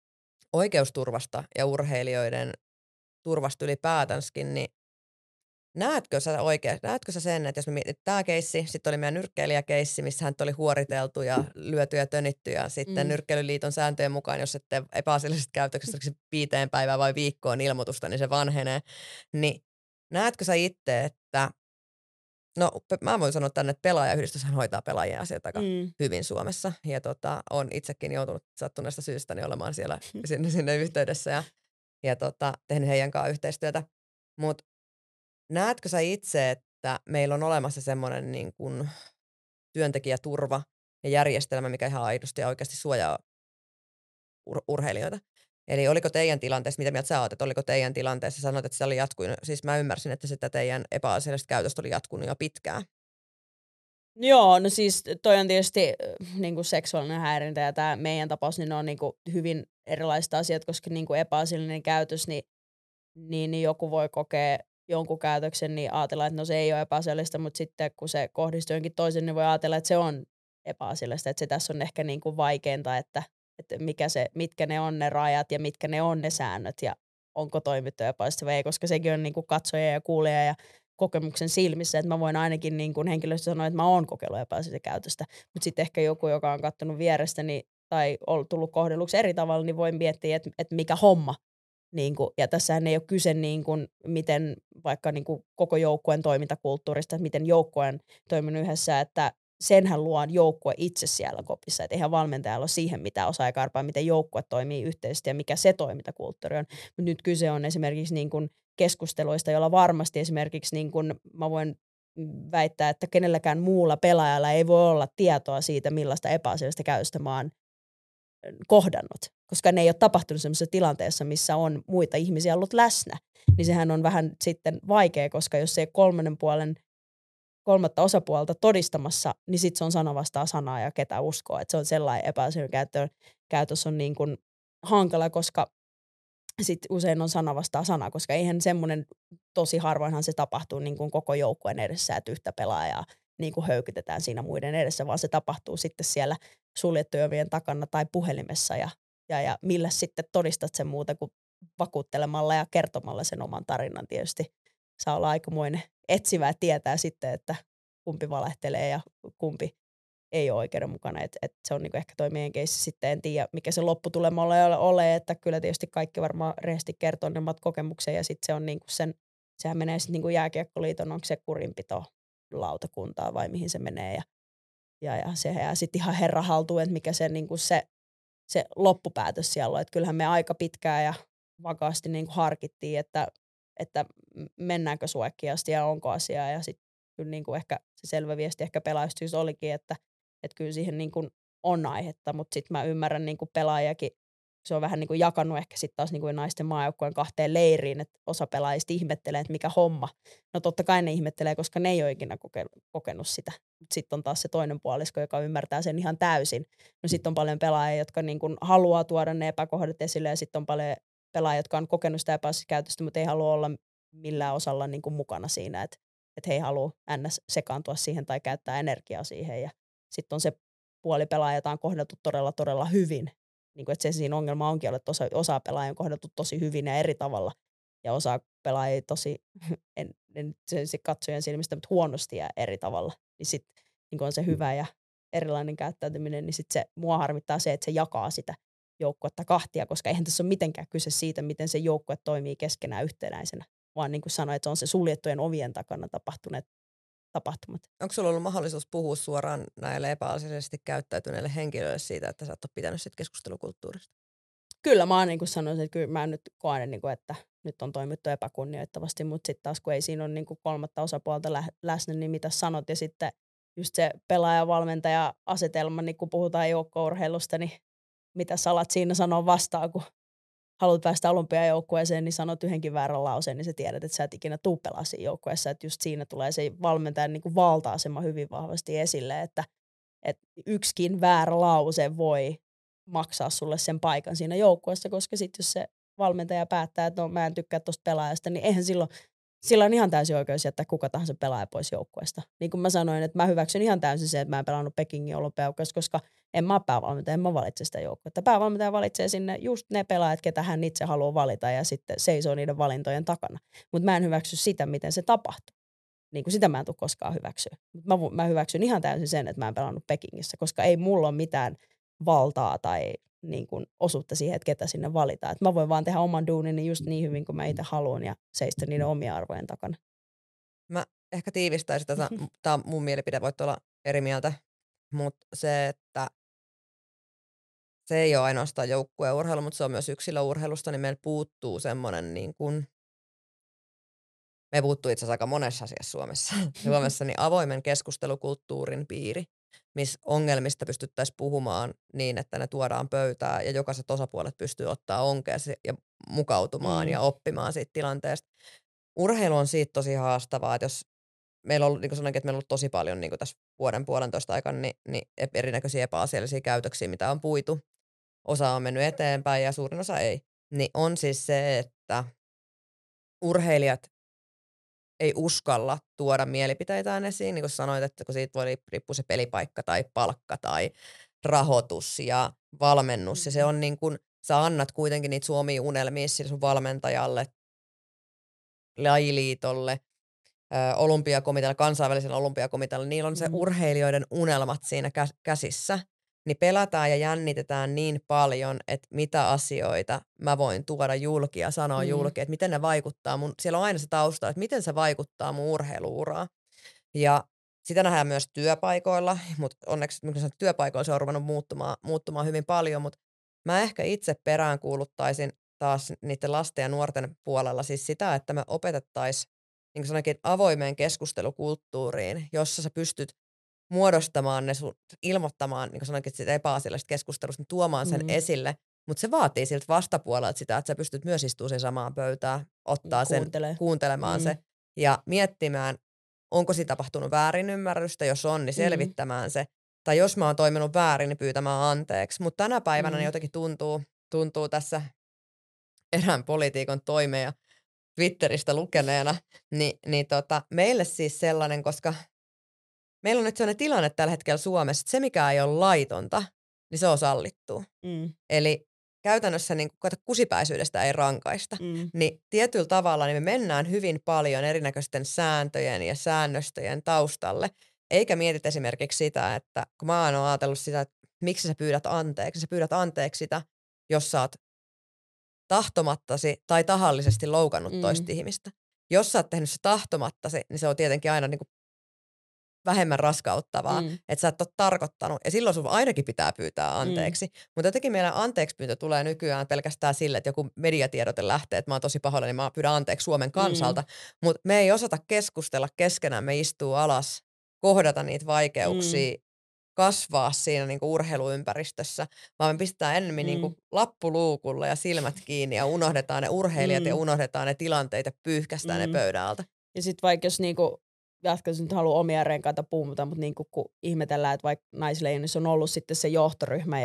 oikeusturvasta ja urheilijoiden turvasta ylipäätänskin, niin näetkö sä sen, että jos me mietitään tämä keissi, sitten oli meidän nyrkkeilijäkeissi, missä hän oli huoriteltu ja lyöty ja tönitty ja sitten Nyrkkeilyliiton sääntöjen mukaan, jos ette epäasiallisesta käytöksestä 5 päivää vai viikkoon ilmoitusta, niin se vanhenee. Niin näetkö sä itse, että no mä voin sanoa tänne, että pelaajayhdistyshän hoitaa pelaajien asioita aika hyvin Suomessa ja on itsekin joutunut sattuneesta syystä niin olemaan siellä sinne yhteydessä ja tehnyt heidän kanssaan yhteistyötä, mutta näetkö sä itse, että meillä on olemassa semmoinen niin kuin työntekijäturva ja järjestelmä, mikä ihan aidosti ja oikeasti suojaa urheilijoita? Eli oliko teidän tilanteessa, mitä mieltä sä oot, että oliko teidän tilanteessa, sanoit, että se oli jatkunut, siis mä ymmärsin, että sitä teidän epäasiallista käytöstä oli jatkunut jo pitkään. Joo, no siis toi on tietysti niin kuin seksuaalinen häirintä ja tämä meidän tapaus, niin ne on niin kuin hyvin erilaiset asiat, koska niin kuin epäasiallinen käytös, niin joku voi kokea jonkun käytöksen, niin ajatella, että no se ei ole epäasiallista, mutta sitten kun se kohdistuu jonkin toisen, niin voi ajatella, että se on epäasiallista. Että se tässä on ehkä niin kuin vaikeinta, että mitkä ne on ne rajat ja mitkä ne on ne säännöt ja onko toimittu epäasiallisesti vai ei, koska sekin on niin kuin katsoja ja kuulija ja kokemuksen silmissä, että mä voin ainakin niin kuin henkilöstö sanoa, että mä oon kokeillut epäasiallista käytöstä, mutta sitten ehkä joku, joka on katsonut vierestä tai on tullut kohdelluksi eri tavalla, niin voi miettiä, että mikä homma. Niin kuin, ja tässähän ei ole kyse niin kuin, miten vaikka niin kuin koko joukkueen toimintakulttuurista, että miten joukkue on toiminut yhdessä, että senhän luo joukkue itse siellä kopissa, että eihän valmentajalla ole siihen mitään osaa eikä arpaa, miten joukkue toimii yhteisesti ja mikä se toimintakulttuuri on. Mutta nyt kyse on esimerkiksi niin kuin keskusteluista, joilla varmasti esimerkiksi niin kuin mä voin väittää, että kenelläkään muulla pelaajalla ei voi olla tietoa siitä, millaista epäasiallista käytöstä mä oon kohdannut, koska ne ei ole tapahtunut sellaisessa tilanteessa, missä on muita ihmisiä ollut läsnä, niin sehän on vähän sitten vaikea, koska jos ei kolmatta osapuolta todistamassa, niin sitten se on sana vastaa sanaa ja ketä uskoo, että se on sellainen epäasiallinen käytös on niin kuin hankala, koska sitten usein on sana vastaa sana, koska eihän semmoinen, tosi harvoinhan se tapahtuu niin kuin koko joukkueen edessä, että yhtä pelaajaa niin kuin höykytetään siinä muiden edessä, vaan se tapahtuu sitten siellä suljettujen ovien takana tai puhelimessa ja millä sitten todistat sen muuta kuin vakuuttelemalla ja kertomalla sen oman tarinan tietysti. Saa olla aikamoinen etsivää tietää sitten, että kumpi valehtelee ja kumpi ei ole oikeudenmukainen. Se on niinku ehkä toi meidän keissi sitten, en tiedä mikä se lopputulema ole, että kyllä tietysti kaikki varmaan rehellisesti kertoo ne omat kokemuksen ja sitten se on niinku sehän menee sitten niinku jääkiekkoliiton, onko se kurinpito lautakuntaa vai mihin se menee ja se jää sitten ihan herra haltuun, että mikä se, niinku se loppupäätös siellä on. Että kyllähän me aika pitkään ja vakaasti niinku harkittiin, että mennäänkö suoikkiasti ja onko asiaa ja sitten kyllä niinku ehkä se selvä viesti ehkä pelaajista olikin, että kyllä siihen niinku on aihetta, mutta sitten mä ymmärrän niinku pelaajakin, se on vähän niinku jakanut ehkä sitten taas niinku naisten maajoukkueen 2 leiriin, että osa pelaajista ihmettelee, että mikä homma. No totta kai ne ihmettelee, koska ne ei ole ikinä kokenut sitä. Sitten on taas se toinen puolisko, joka ymmärtää sen ihan täysin. No sitten on paljon pelaajia, jotka niinku haluaa tuoda ne epäkohdat esille ja sitten on paljon pelaajia, jotka on kokenut sitä epäasiallista käytöstä, mutta ei halua olla millään osalla niinku mukana siinä, että he ei halua ns. Sekaantua siihen tai käyttää energiaa siihen. Ja sitten on se puoli pelaajia, jota on kohdeltu todella, todella hyvin. Niin kuin, että se siinä ongelma onkin ollut, että osa pelaajia on kohdeltu tosi hyvin ja eri tavalla. Ja osa pelaajia tosi, se katsojen silmistä, mutta huonosti ja eri tavalla. Niin sitten niin on se hyvä ja erilainen käyttäytyminen, niin sitten se mua harmittaa se, että se jakaa sitä joukkuetta kahtia, koska eihän tässä ole mitenkään kyse siitä, miten se joukkue toimii keskenään yhtenäisenä, vaan niin kuin sanoin, että se on se suljettujen ovien takana tapahtuneet tapahtumat. Onko sulla ollut mahdollisuus puhua suoraan näille epäasiallisesti käyttäytyneille henkilöille siitä, että sä et ole pitänyt sit keskustelukulttuurista? Kyllä mä niin kuin sanoisin, että kyllä mä nyt koen, niin kuin, että nyt on toimittu epäkunnioittavasti, mutta sitten taas kun ei siinä ole niin kuin kolmatta osapuolta läsnä, niin mitä sanot, ja sitten just se pelaaja-valmentaja-asetelma, niin kun puhutaan joukko-urheilusta, niin mitä salat siinä sanoo vastaan, kun haluat päästä olympiajoukkueeseen, niin sanot yhdenkin väärän lauseen, niin sä tiedät, että sä et ikinä tuu pelaa siinä joukkueessa. Että just siinä tulee se valmentajan niin kuin valta-asema hyvin vahvasti esille, että yksikin väärä lause voi maksaa sulle sen paikan siinä joukkueessa, koska sitten jos se valmentaja päättää, että no mä en tykkää tuosta pelaajasta, niin eihän silloin sillä on ihan täysin oikeus jättää kuka tahansa pelaaja pois joukkueesta. Niin kuin mä sanoin, että mä hyväksyn ihan täysin se, että mä en pelannut Pekingin olympiajoukkueessa, koska en mä ole päävalmentaja, en mä valitse sitä joukkuetta. Päävalmentaja valitsee sinne just ne pelaajat, ketä hän itse haluaa valita ja sitten seisoo niiden valintojen takana. Mutta mä en hyväksy sitä, miten se tapahtuu. Niin kuin sitä mä en tule koskaan hyväksyä. Mä hyväksyn ihan täysin sen, että mä en pelannut Pekingissä, koska ei mulla ole mitään valtaa tai niin kuin osuutta siihen, että ketä sinne valitaan. Et mä voin vaan tehdä oman duunini just niin hyvin kuin mä itse haluan ja seistä niiden omia arvojen takana. Mä ehkä tiivistäisin tätä, tämä on mun mielipide, voit olla eri mieltä, mutta se, että se ei ole ainoastaan joukkueurheilu, mutta se on myös yksilöurheilusta, niin meillä puuttuu semmoinen niin kuin, me puuttuu itse asiassa aika monessa asiassa Suomessa niin avoimen keskustelukulttuurin piiri, missä ongelmista pystyttäisiin puhumaan niin, että ne tuodaan pöytään ja jokaiset osapuolet pystyy ottaa onkeesi ja mukautumaan ja oppimaan siitä tilanteesta. Urheilu on siitä tosi haastavaa, että jos meillä on ollut, niin kuin sanoinkin, että meillä on ollut tosi paljon niin kuin tässä vuoden puolentoista aikana niin erinäköisiä epäasiallisia käytöksiä, mitä on puitu. Osa on mennyt eteenpäin ja suurin osa ei. Niin on siis se, että urheilijat ei uskalla tuoda mielipiteitään esiin, niin kuin sanoit, että kun siitä voi riippua se pelipaikka tai palkka tai rahoitus ja valmennus. Ja se on niin kuin, sä annat kuitenkin niitä suomia unelmia sille sun valmentajalle, lajiliitolle, olympiakomitealle, kansainvälisellä olympiakomitealle. Niillä on se urheilijoiden unelmat siinä käsissä. Niin pelätään ja jännitetään niin paljon, että mitä asioita mä voin tuoda julki ja sanoa julki, että miten ne vaikuttaa. Siellä on aina se tausta, että miten se vaikuttaa mun urheiluuraan. Ja sitä nähdään myös työpaikoilla, mutta onneksi työpaikoilla se on ruvennut muuttumaan hyvin paljon, mutta mä ehkä itse peräänkuuluttaisin taas niiden lasten ja nuorten puolella siis sitä, että me opetettaisiin niin kuin sanoinkin, avoimeen keskustelukulttuuriin, jossa sä pystyt muodostamaan ne ilmoittamaan, niin kuin sanoinkin, siitä epäasiallisesta keskustelusta, niin tuomaan sen esille, mutta se vaatii siltä vastapuolelta sitä, että sä pystyt myös istumaan sen samaan pöytään, ottaa sen, kuuntelemaan se ja miettimään, onko siinä tapahtunut väärinymmärrystä, jos on, niin selvittämään se, tai jos mä oon toiminut väärin, niin pyytämään anteeksi, mutta tänä päivänä niin jotenkin tuntuu tässä erään poliitikon toimeen Twitteristä lukeneena, niin meille siis sellainen, koska meillä on nyt sellainen tilanne tällä hetkellä Suomessa, että se mikä ei ole laitonta, niin se on sallittua. Eli käytännössä niin kusipäisyydestä ei rankaista. Niin tietyllä tavalla niin me mennään hyvin paljon erinäköisten sääntöjen ja säännöstöjen taustalle, eikä mietitä esimerkiksi sitä, että kun mä oon ajatellut sitä, että miksi sä pyydät anteeksi. Sä pyydät anteeksi sitä, jos sä oot tahtomattasi tai tahallisesti loukannut toista ihmistä. Jos sä oot tehnyt se tahtomattasi, niin se on tietenkin aina niin kuin vähemmän raskauttavaa, että sä et ole tarkoittanut. Ja silloin sun ainakin pitää pyytää anteeksi. Mutta jotenkin meidän anteeksipyyntö tulee nykyään pelkästään sille, että joku mediatiedote lähtee, että mä oon tosi pahoillani, niin mä pyydän anteeksi Suomen kansalta. Mutta me ei osata keskustella keskenään, me istuu alas, kohdata niitä vaikeuksia, kasvaa siinä niinku urheiluympäristössä, vaan me pistetään enemmän niinku lappuluukulle ja silmät kiinni ja unohdetaan ne urheilijat ja unohdetaan ne tilanteet ja pyyhkästään ne pöydän alta. Ja sitten vaikka jos niinku jatkaisin nyt haluaa omia renkaita puumuta, mutta niinku kun ihmetellään, että vaikka Naisleijonissa on ollut sitten se johtoryhmä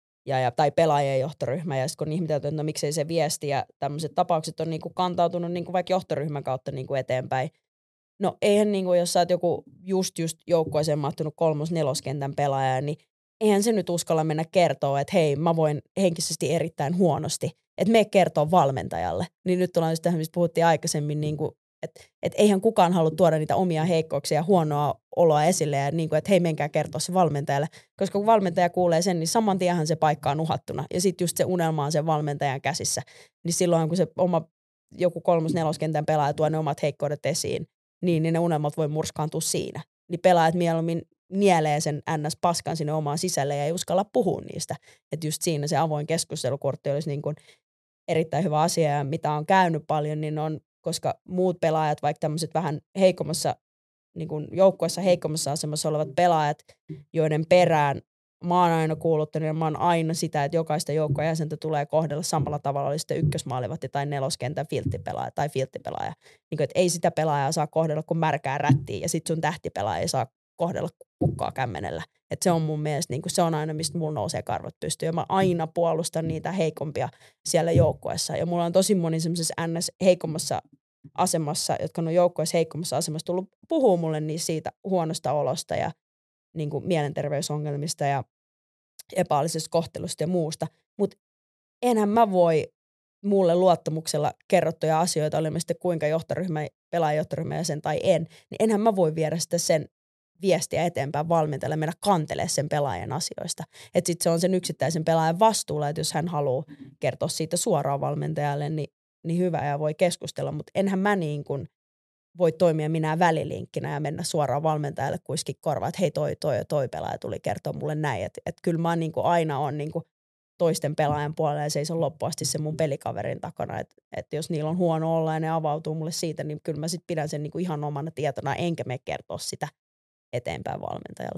tai pelaajien johtoryhmä ja sitten kun ihmetelty, että no miksei se viesti ja tämmöiset tapaukset on niinku kantautunut niinku vaikka johtoryhmän kautta niinku eteenpäin. No eihän niinku, jos sä oot joku just joukkueeseen mahtunut 3.-4. kentän pelaaja, niin eihän se nyt uskalla mennä kertoa, että hei, mä voin henkisesti erittäin huonosti, että me kertoo valmentajalle. Niin nyt tullaan just tähän, mistä puhuttiin aikaisemmin, niinku, että eihän kukaan halua tuoda niitä omia heikkouksia ja huonoa oloa esille ja niinku, että hei, menkää kertoa se valmentajalle. Koska kun valmentaja kuulee sen, niin saman tienhän se paikka on uhattuna. Ja sitten just se unelma on sen valmentajan käsissä. Niin silloin kun se joku 3.-4. kentän pelaaja tuo ne omat heikkoudet esiin, niin ne unelmat voi murskaantua siinä. Niin pelaajat mieluummin nielee sen NS-paskan sinne omaan sisälle ja ei uskalla puhua niistä. Että just siinä se avoin keskustelukortti olisi niin kuin erittäin hyvä asia ja mitä on käynyt paljon, niin on, koska muut pelaajat, vaikka tämmöiset vähän heikommassa, niin kuin joukkueessa heikommassa asemassa olevat pelaajat, joiden perään mä oon aina kuuluttanut ja mä oon aina sitä, että jokaista joukkueen jäsentä tulee kohdella samalla tavalla, oli sitten ykkösmaalivahti tai 4. kentän filttipelaaja. Niin kuin, että ei sitä pelaajaa saa kohdella kuin märkää rättiä ja sit sun tähtipelaaja ei saa kohdella kukkaa kämmenellä. Että se on mun mielestä, niin kuin se on aina, mistä mulla nousee karvat pystyyn. Ja mä aina puolustan niitä heikompia siellä joukkueessa. Ja mulla on tosi moni semmoisessa NS heikommassa asemassa, jotka on joukkueessa heikommassa asemassa, tullut puhua mulle niin siitä huonosta olosta ja niin kuin mielenterveysongelmista ja epäollisesta kohtelusta ja muusta. Mutta enhän mä voi mulle luottamuksella kerrottuja asioita, olemme sitten kuinka pelaajohtoryhmä jäsen tai en, niin enhän mä voi viedä sitä sen viestiä eteenpäin valmentajalle, mennä kantelee sen pelaajan asioista. Että sitten se on sen yksittäisen pelaajan vastuulla, että jos hän haluaa kertoa siitä suoraan valmentajalle, niin hyvä ja voi keskustella, mutta enhän mä niin kuin voi toimia minä välilinkkinä ja mennä suoraan valmentajalle kuiskin korvaan, että hei toi pelaaja tuli kertoa mulle näin, että kyllä mä niin kuin aina on niin kuin toisten pelaajan puolella ja seison loppuasti sen mun pelikaverin takana, että jos niillä on huono olla ja ne avautuu mulle siitä, niin kyllä mä sit pidän sen niin kuin ihan omana tietona, enkä me kertoa sitä eteenpäin valmentajalle.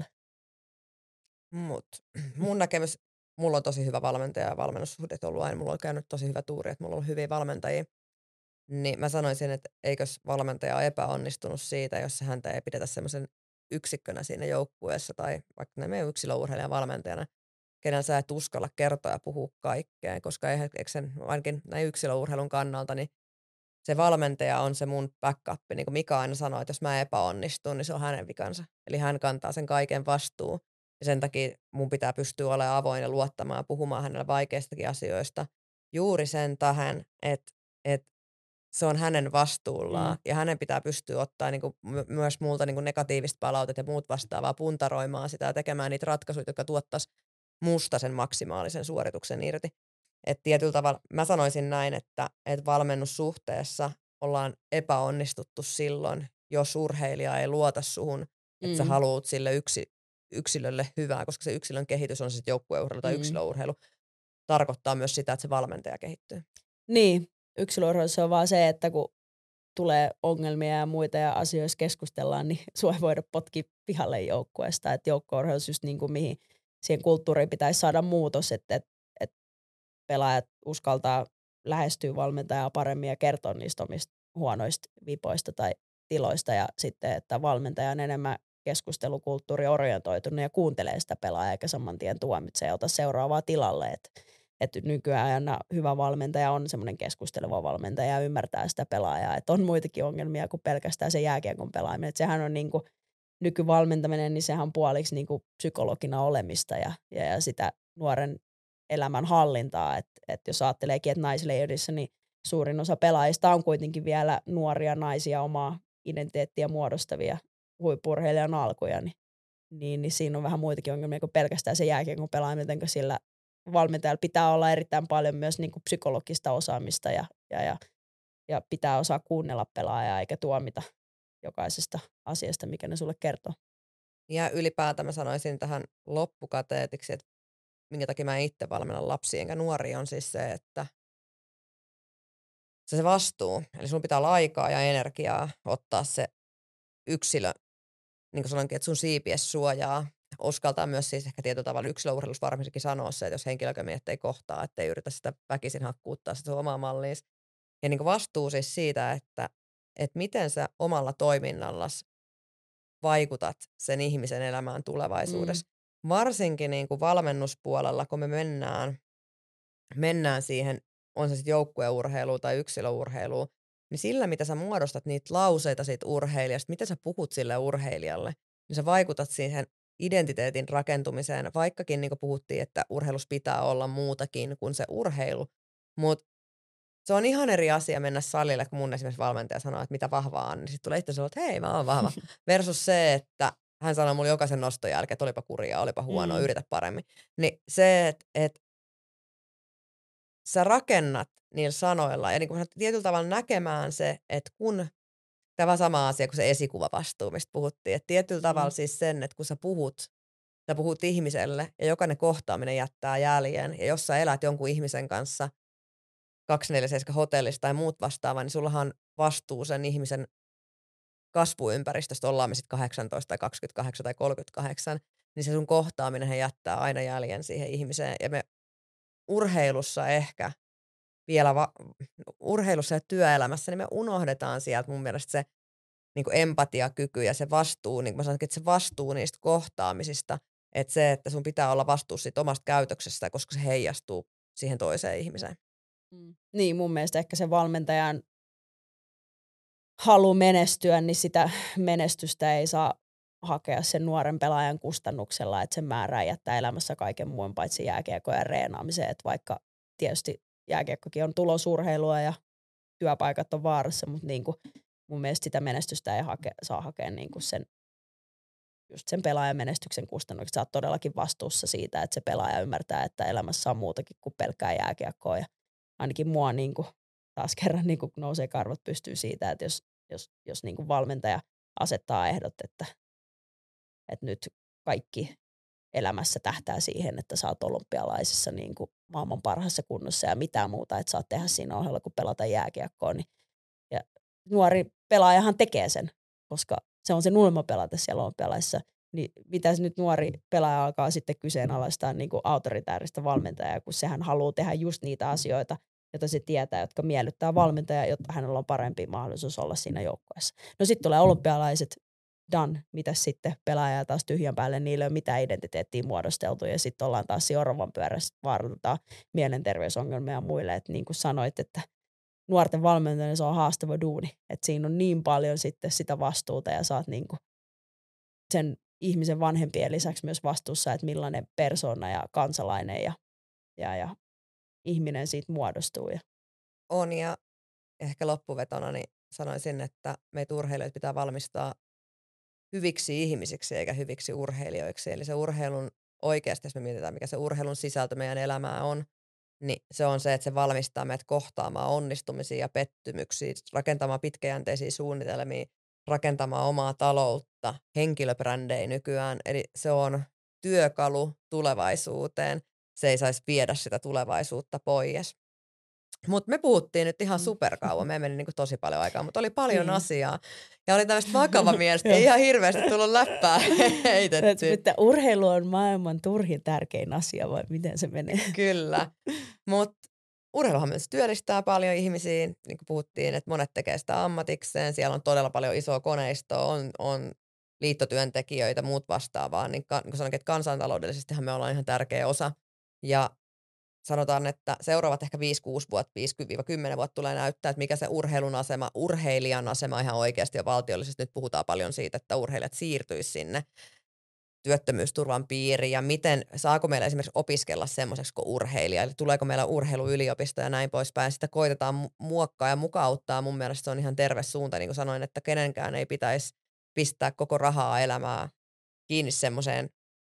Mut mun näkemys, mulla on tosi hyvä valmentaja ja valmennussuhde ollut aina. Mulla on käynyt tosi hyvä tuuri, että mulla on ollut hyviä valmentajia. Niin mä sanoisin, että eikös valmentaja ole epäonnistunut siitä, jos häntä ei pidetä semmoisen yksikkönä siinä joukkueessa tai vaikka ne meidän yksilöurheilijan valmentajana, kenellä sä et uskalla kertoa ja puhua kaikkea, koska eikö sen ainakin näin yksilöurheilun kannalta, niin se valmentaja on se mun backup, niin kuin Mika aina sanoo, että jos mä epäonnistun, niin se on hänen vikansa. Eli hän kantaa sen kaiken vastuun. Ja sen takia mun pitää pystyä olemaan avoin ja luottamaan ja puhumaan hänelle vaikeistakin asioista. Juuri sen tähän, että se on hänen vastuullaan ja hänen pitää pystyä ottaa niin kuin myös multa niin kuin negatiivista palautetta ja muut vastaavaa puntaroimaan sitä ja tekemään niitä ratkaisuja, jotka tuottaisi musta sen maksimaalisen suorituksen irti. Et tietyllä tavalla mä sanoisin näin, että valmennussuhteessa ollaan epäonnistuttu silloin, jos urheilija ei luota suhun, että sä haluut sille yksilölle hyvää, koska se yksilön kehitys on se joukkueurheilu tai yksilöurheilu, tarkoittaa myös sitä, että se valmentaja kehittyy. Niin, yksilöurheilussa on vaan se, että kun tulee ongelmia ja muita ja asioissa keskustellaan, niin sua ei voida potkia pihalle joukkueesta. Että joukkueurheilussa just niin kuin mihin siihen kulttuuriin pitäisi saada muutos, että pelaajat uskaltaa lähestyä valmentajaa paremmin ja kertoa niistä omista huonoista vipoista tai tiloista ja sitten, että valmentaja on enemmän keskustelukulttuuriorientoitunut ja kuuntelee sitä pelaajaa eikä saman tien tuomitse ja ota seuraavaa tilalle. Että nykyään hyvä valmentaja on semmoinen keskusteleva valmentaja ja ymmärtää sitä pelaajaa, että on muitakin ongelmia kuin pelkästään se jääkiekon pelaaminen. Että sehän on niinku nykyvalmentaminen, niin sehän on puoliksi niinku psykologina olemista ja sitä nuoren elämän hallintaa. Että jos ajatteleekin, että naisleirissä, niin suurin osa pelaajista on kuitenkin vielä nuoria naisia, omaa identiteettiä muodostavia huippurheilijan alkuja, niin siinä on vähän muitakin ongelmia kuin pelkästään se jääkiekon pelaaminen, kun sillä valmentajalla pitää olla erittäin paljon myös niin kuin psykologista osaamista ja pitää osaa kuunnella pelaajaa eikä tuomita jokaisesta asiasta, mikä ne sulle kertoo. Ja ylipäätään mä sanoisin tähän loppukateetiksi, että minkä takia mä itse valmennan lapsia enkä nuoria, on siis se, että se vastuu. Eli sun pitää olla aikaa ja energiaa ottaa se yksilö, niin kuin sanoinkin, että sun siipies suojaa. Uskaltaa myös siis ehkä tietyllä tavalla yksilöurheilussa varmastikin sanoa se, että jos henkilökömiehet ei kohtaa, ettei yritä sitä väkisin hakkuuttaa sitä omaa malliin. Ja niin kuin vastuu siis siitä, että miten sä omalla toiminnallas vaikutat sen ihmisen elämään tulevaisuudessa. Varsinkin niin kuin valmennuspuolella, kun me mennään siihen, on se sitten joukkueurheilu tai yksilöurheilu, niin sillä, mitä sä muodostat niitä lauseita siitä urheilijasta, mitä sä puhut sille urheilijalle, niin sä vaikutat siihen identiteetin rakentumiseen, vaikkakin niin kuin puhuttiin, että urheilus pitää olla muutakin kuin se urheilu, mutta se on ihan eri asia mennä salille, kun mun esimerkiksi valmentaja sanoo, että mitä vahvaa on, niin sitten tulee itse sanoa, että hei, mä oon vahva, versus se, että hän sanoo mulle jokaisen noston jälkeen, että olipa kurjaa, olipa huonoa, yritä paremmin. Niin se, että sä rakennat niillä sanoilla ja niin kun tietyllä tavalla näkemään se, että kun tämä sama asia kuin se esikuvavastuu, mistä puhuttiin, että tietyllä tavalla siis sen, että kun sä puhut ihmiselle ja jokainen kohtaaminen jättää jäljen ja jos sä elät jonkun ihmisen kanssa 247 hotellissa tai muut vastaavaa, niin sullahan on vastuu sen ihmisen kasvuympäristöstä, ollaan me sitten 18 tai 28 tai 38, niin se sun kohtaaminen jättää aina jäljen siihen ihmiseen ja me urheilussa ehkä vielä urheilussa ja työelämässä, niin me unohdetaan sieltä mun mielestä se niin kuin empatiakyky ja se vastuu, niin kuin mä sanoin, että se vastuu niistä kohtaamisista, että se, että sun pitää olla vastuussa siitä omasta käytöksestä, koska se heijastuu siihen toiseen ihmiseen. Niin, mun mielestä ehkä se valmentajan halu menestyä, niin sitä menestystä ei saa hakea sen nuoren pelaajan kustannuksella, että sen määrää jättää elämässä kaiken muun paitsi jääkiekko ja reenaamiseen, että vaikka tietysti jääkiekkokin on tulosurheilua ja työpaikat on vaarassa, mutta niin kuin mun mielestä sitä menestystä ei saa hakea niin kuin just sen pelaajan menestyksen kustannukset. Sä oot todellakin vastuussa siitä, että se pelaaja ymmärtää, että elämässä on muutakin kuin pelkkää jääkiekkoa. Ja ainakin mua niin kuin, taas kerran niin kuin nousee karvat pystyy siitä, että jos niin kuin valmentaja asettaa ehdot, että nyt kaikki elämässä tähtää siihen, että sä oot olympialaisissa niin kuin maailman parhaassa kunnossa ja mitään muuta, että saat tehdä siinä ohella, kun pelata jääkiekkoa. Niin, ja nuori pelaajahan tekee sen, koska se on se unelma pelata siellä olympialaisissa. Niin mitäs nyt nuori pelaaja alkaa sitten kyseenalaistaa niin kuin autoritääristä valmentajaa, kun sehän haluaa tehdä just niitä asioita, joita se tietää, jotka miellyttää valmentajaa, jotta hänellä on parempi mahdollisuus olla siinä joukkueessa. No sitten tulee olympialaiset, done, mitäs sitten pelaajaa taas tyhjän päälle, niillä ei ole mitään identiteettiä muodosteltu ja sitten ollaan taas oravan pyörässä, vaarannetaan mielenterveysongelmia ja muille, että niin kuin sanoit, että nuorten valmentajana se on haastava duuni, että siinä on niin paljon sitten sitä vastuuta ja saat niin kuin sen ihmisen vanhempien lisäksi myös vastuussa, että millainen persoona ja kansalainen ja ihminen siitä muodostuu. On, ja ehkä loppuvetona niin sanoisin, että meitä urheilijoita pitää valmistaa hyviksi ihmisiksi eikä hyviksi urheilijoiksi. Eli se urheilun oikeasti, jos me mietitään, mikä se urheilun sisältö meidän elämää on, niin se on se, että se valmistaa meidät kohtaamaan onnistumisia ja pettymyksiä, rakentamaan pitkäjänteisiä suunnitelmia, rakentamaan omaa taloutta, henkilöbrändejä nykyään. Eli se on työkalu tulevaisuuteen. Se ei saisi viedä sitä tulevaisuutta pois. Mutta me puhuttiin nyt ihan superkauan. Me meni niinku tosi paljon aikaa, mutta oli paljon asiaa. Ja oli tämmöistä vakavamielistä, ei ihan hirveästi tullut läppää heitetty. Että urheilu on maailman turhin tärkein asia, vai miten se menee? Kyllä, mutta urheiluhan myös työllistää paljon ihmisiä. Niin kuin puhuttiin, että monet tekee sitä ammatikseen. Siellä on todella paljon isoa koneistoa, on liittotyöntekijöitä, muut vastaavaa. Niin kuin sanoinkin, että kansantaloudellisestihan me ollaan ihan tärkeä osa. Ja sanotaan, että seuraavat ehkä 5-6 vuotta, 5-10 vuotta tulee näyttää, että mikä se urheilun asema, urheilijan asema ihan oikeasti ja valtiollisesti. Nyt puhutaan paljon siitä, että urheilijat siirtyisivät sinne työttömyysturvan piiriin ja miten, saako meillä esimerkiksi opiskella semmoiseksi kuin urheilija, eli tuleeko meillä urheiluyliopisto ja näin poispäin. Sitä koitetaan muokkaa ja mukauttaa. Mun mielestä se on ihan terve suunta, niin kuin sanoin, että kenenkään ei pitäisi pistää koko rahaa elämää kiinni semmoiseen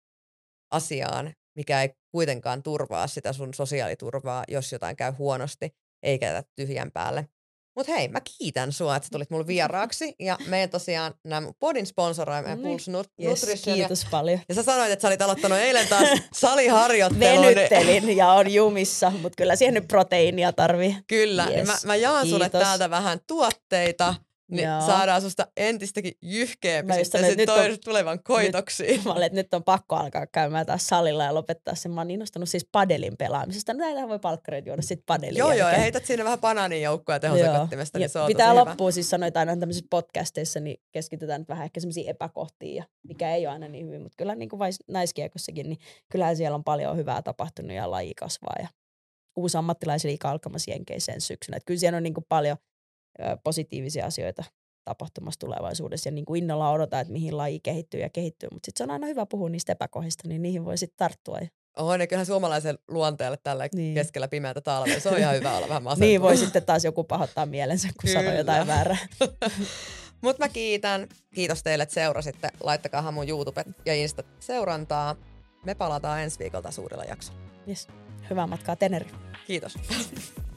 asiaan, mikä ei kuitenkaan turvaa sitä sun sosiaaliturvaa, jos jotain käy huonosti, eikä jätä tyhjän päälle. Mutta hei, mä kiitän sua, että sä tulit mulle vieraaksi. Ja meidän tosiaan nämä podin sponsoroimme Pulse Nutrition. Kiitos paljon. Ja sä sanoit, että sä olit aloittanut eilen taas saliharjoittelun. Venyttelin ja on jumissa, mutta kyllä siihen nyt proteiinia tarvii. Kyllä, niin mä jaan sulle täältä vähän tuotteita. Niin saadaan susta entistäkin jyhkeämpi sitten tulevan koitoksiin. Nyt on pakko alkaa käymään taas salilla ja lopettaa sen. Mä oon innostunut siis padelin pelaamisesta. Näitä voi palkkareita juoda sitten padelin Joo, ja heität siinä vähän banaaninjoukkoa tehosekottimesta, niin se on pitää loppuun siis sanoit aina tämmöisissä podcasteissa, niin keskitytään nyt vähän ehkä semmoisiin epäkohtiin, mikä ei ole aina niin hyvin. Mutta kyllä niin kuin naiskiekossakin, niin kyllähän siellä on paljon hyvää tapahtunut ja laji kasvaa. Ja uusi ammattilaisliiga alkamassa Jenkeiseen syksynä. Että kyllä siellä on niin kuin paljon positiivisia asioita tapahtumassa tulevaisuudessa ja niin kuin innolla odotan, että mihin laji kehittyy, mutta sitten se on aina hyvä puhua niistä epäkohdista, niin niihin voi sitten tarttua. Oho, niin kyllähän suomalaisen luonteelle tällä keskellä pimeätä talvea, se on ihan hyvä olla vähän masentunut. Niin voi sitten taas joku pahoittaa mielensä, kun sanoo jotain väärää. Mutta mä kiitän. Kiitos teille, että seurasitte. Laittakaa mun YouTube ja Insta seurantaa. Me palataan ensi viikolla suurella jaksolla. Yes. Hyvää matkaa Tenerife. Kiitos.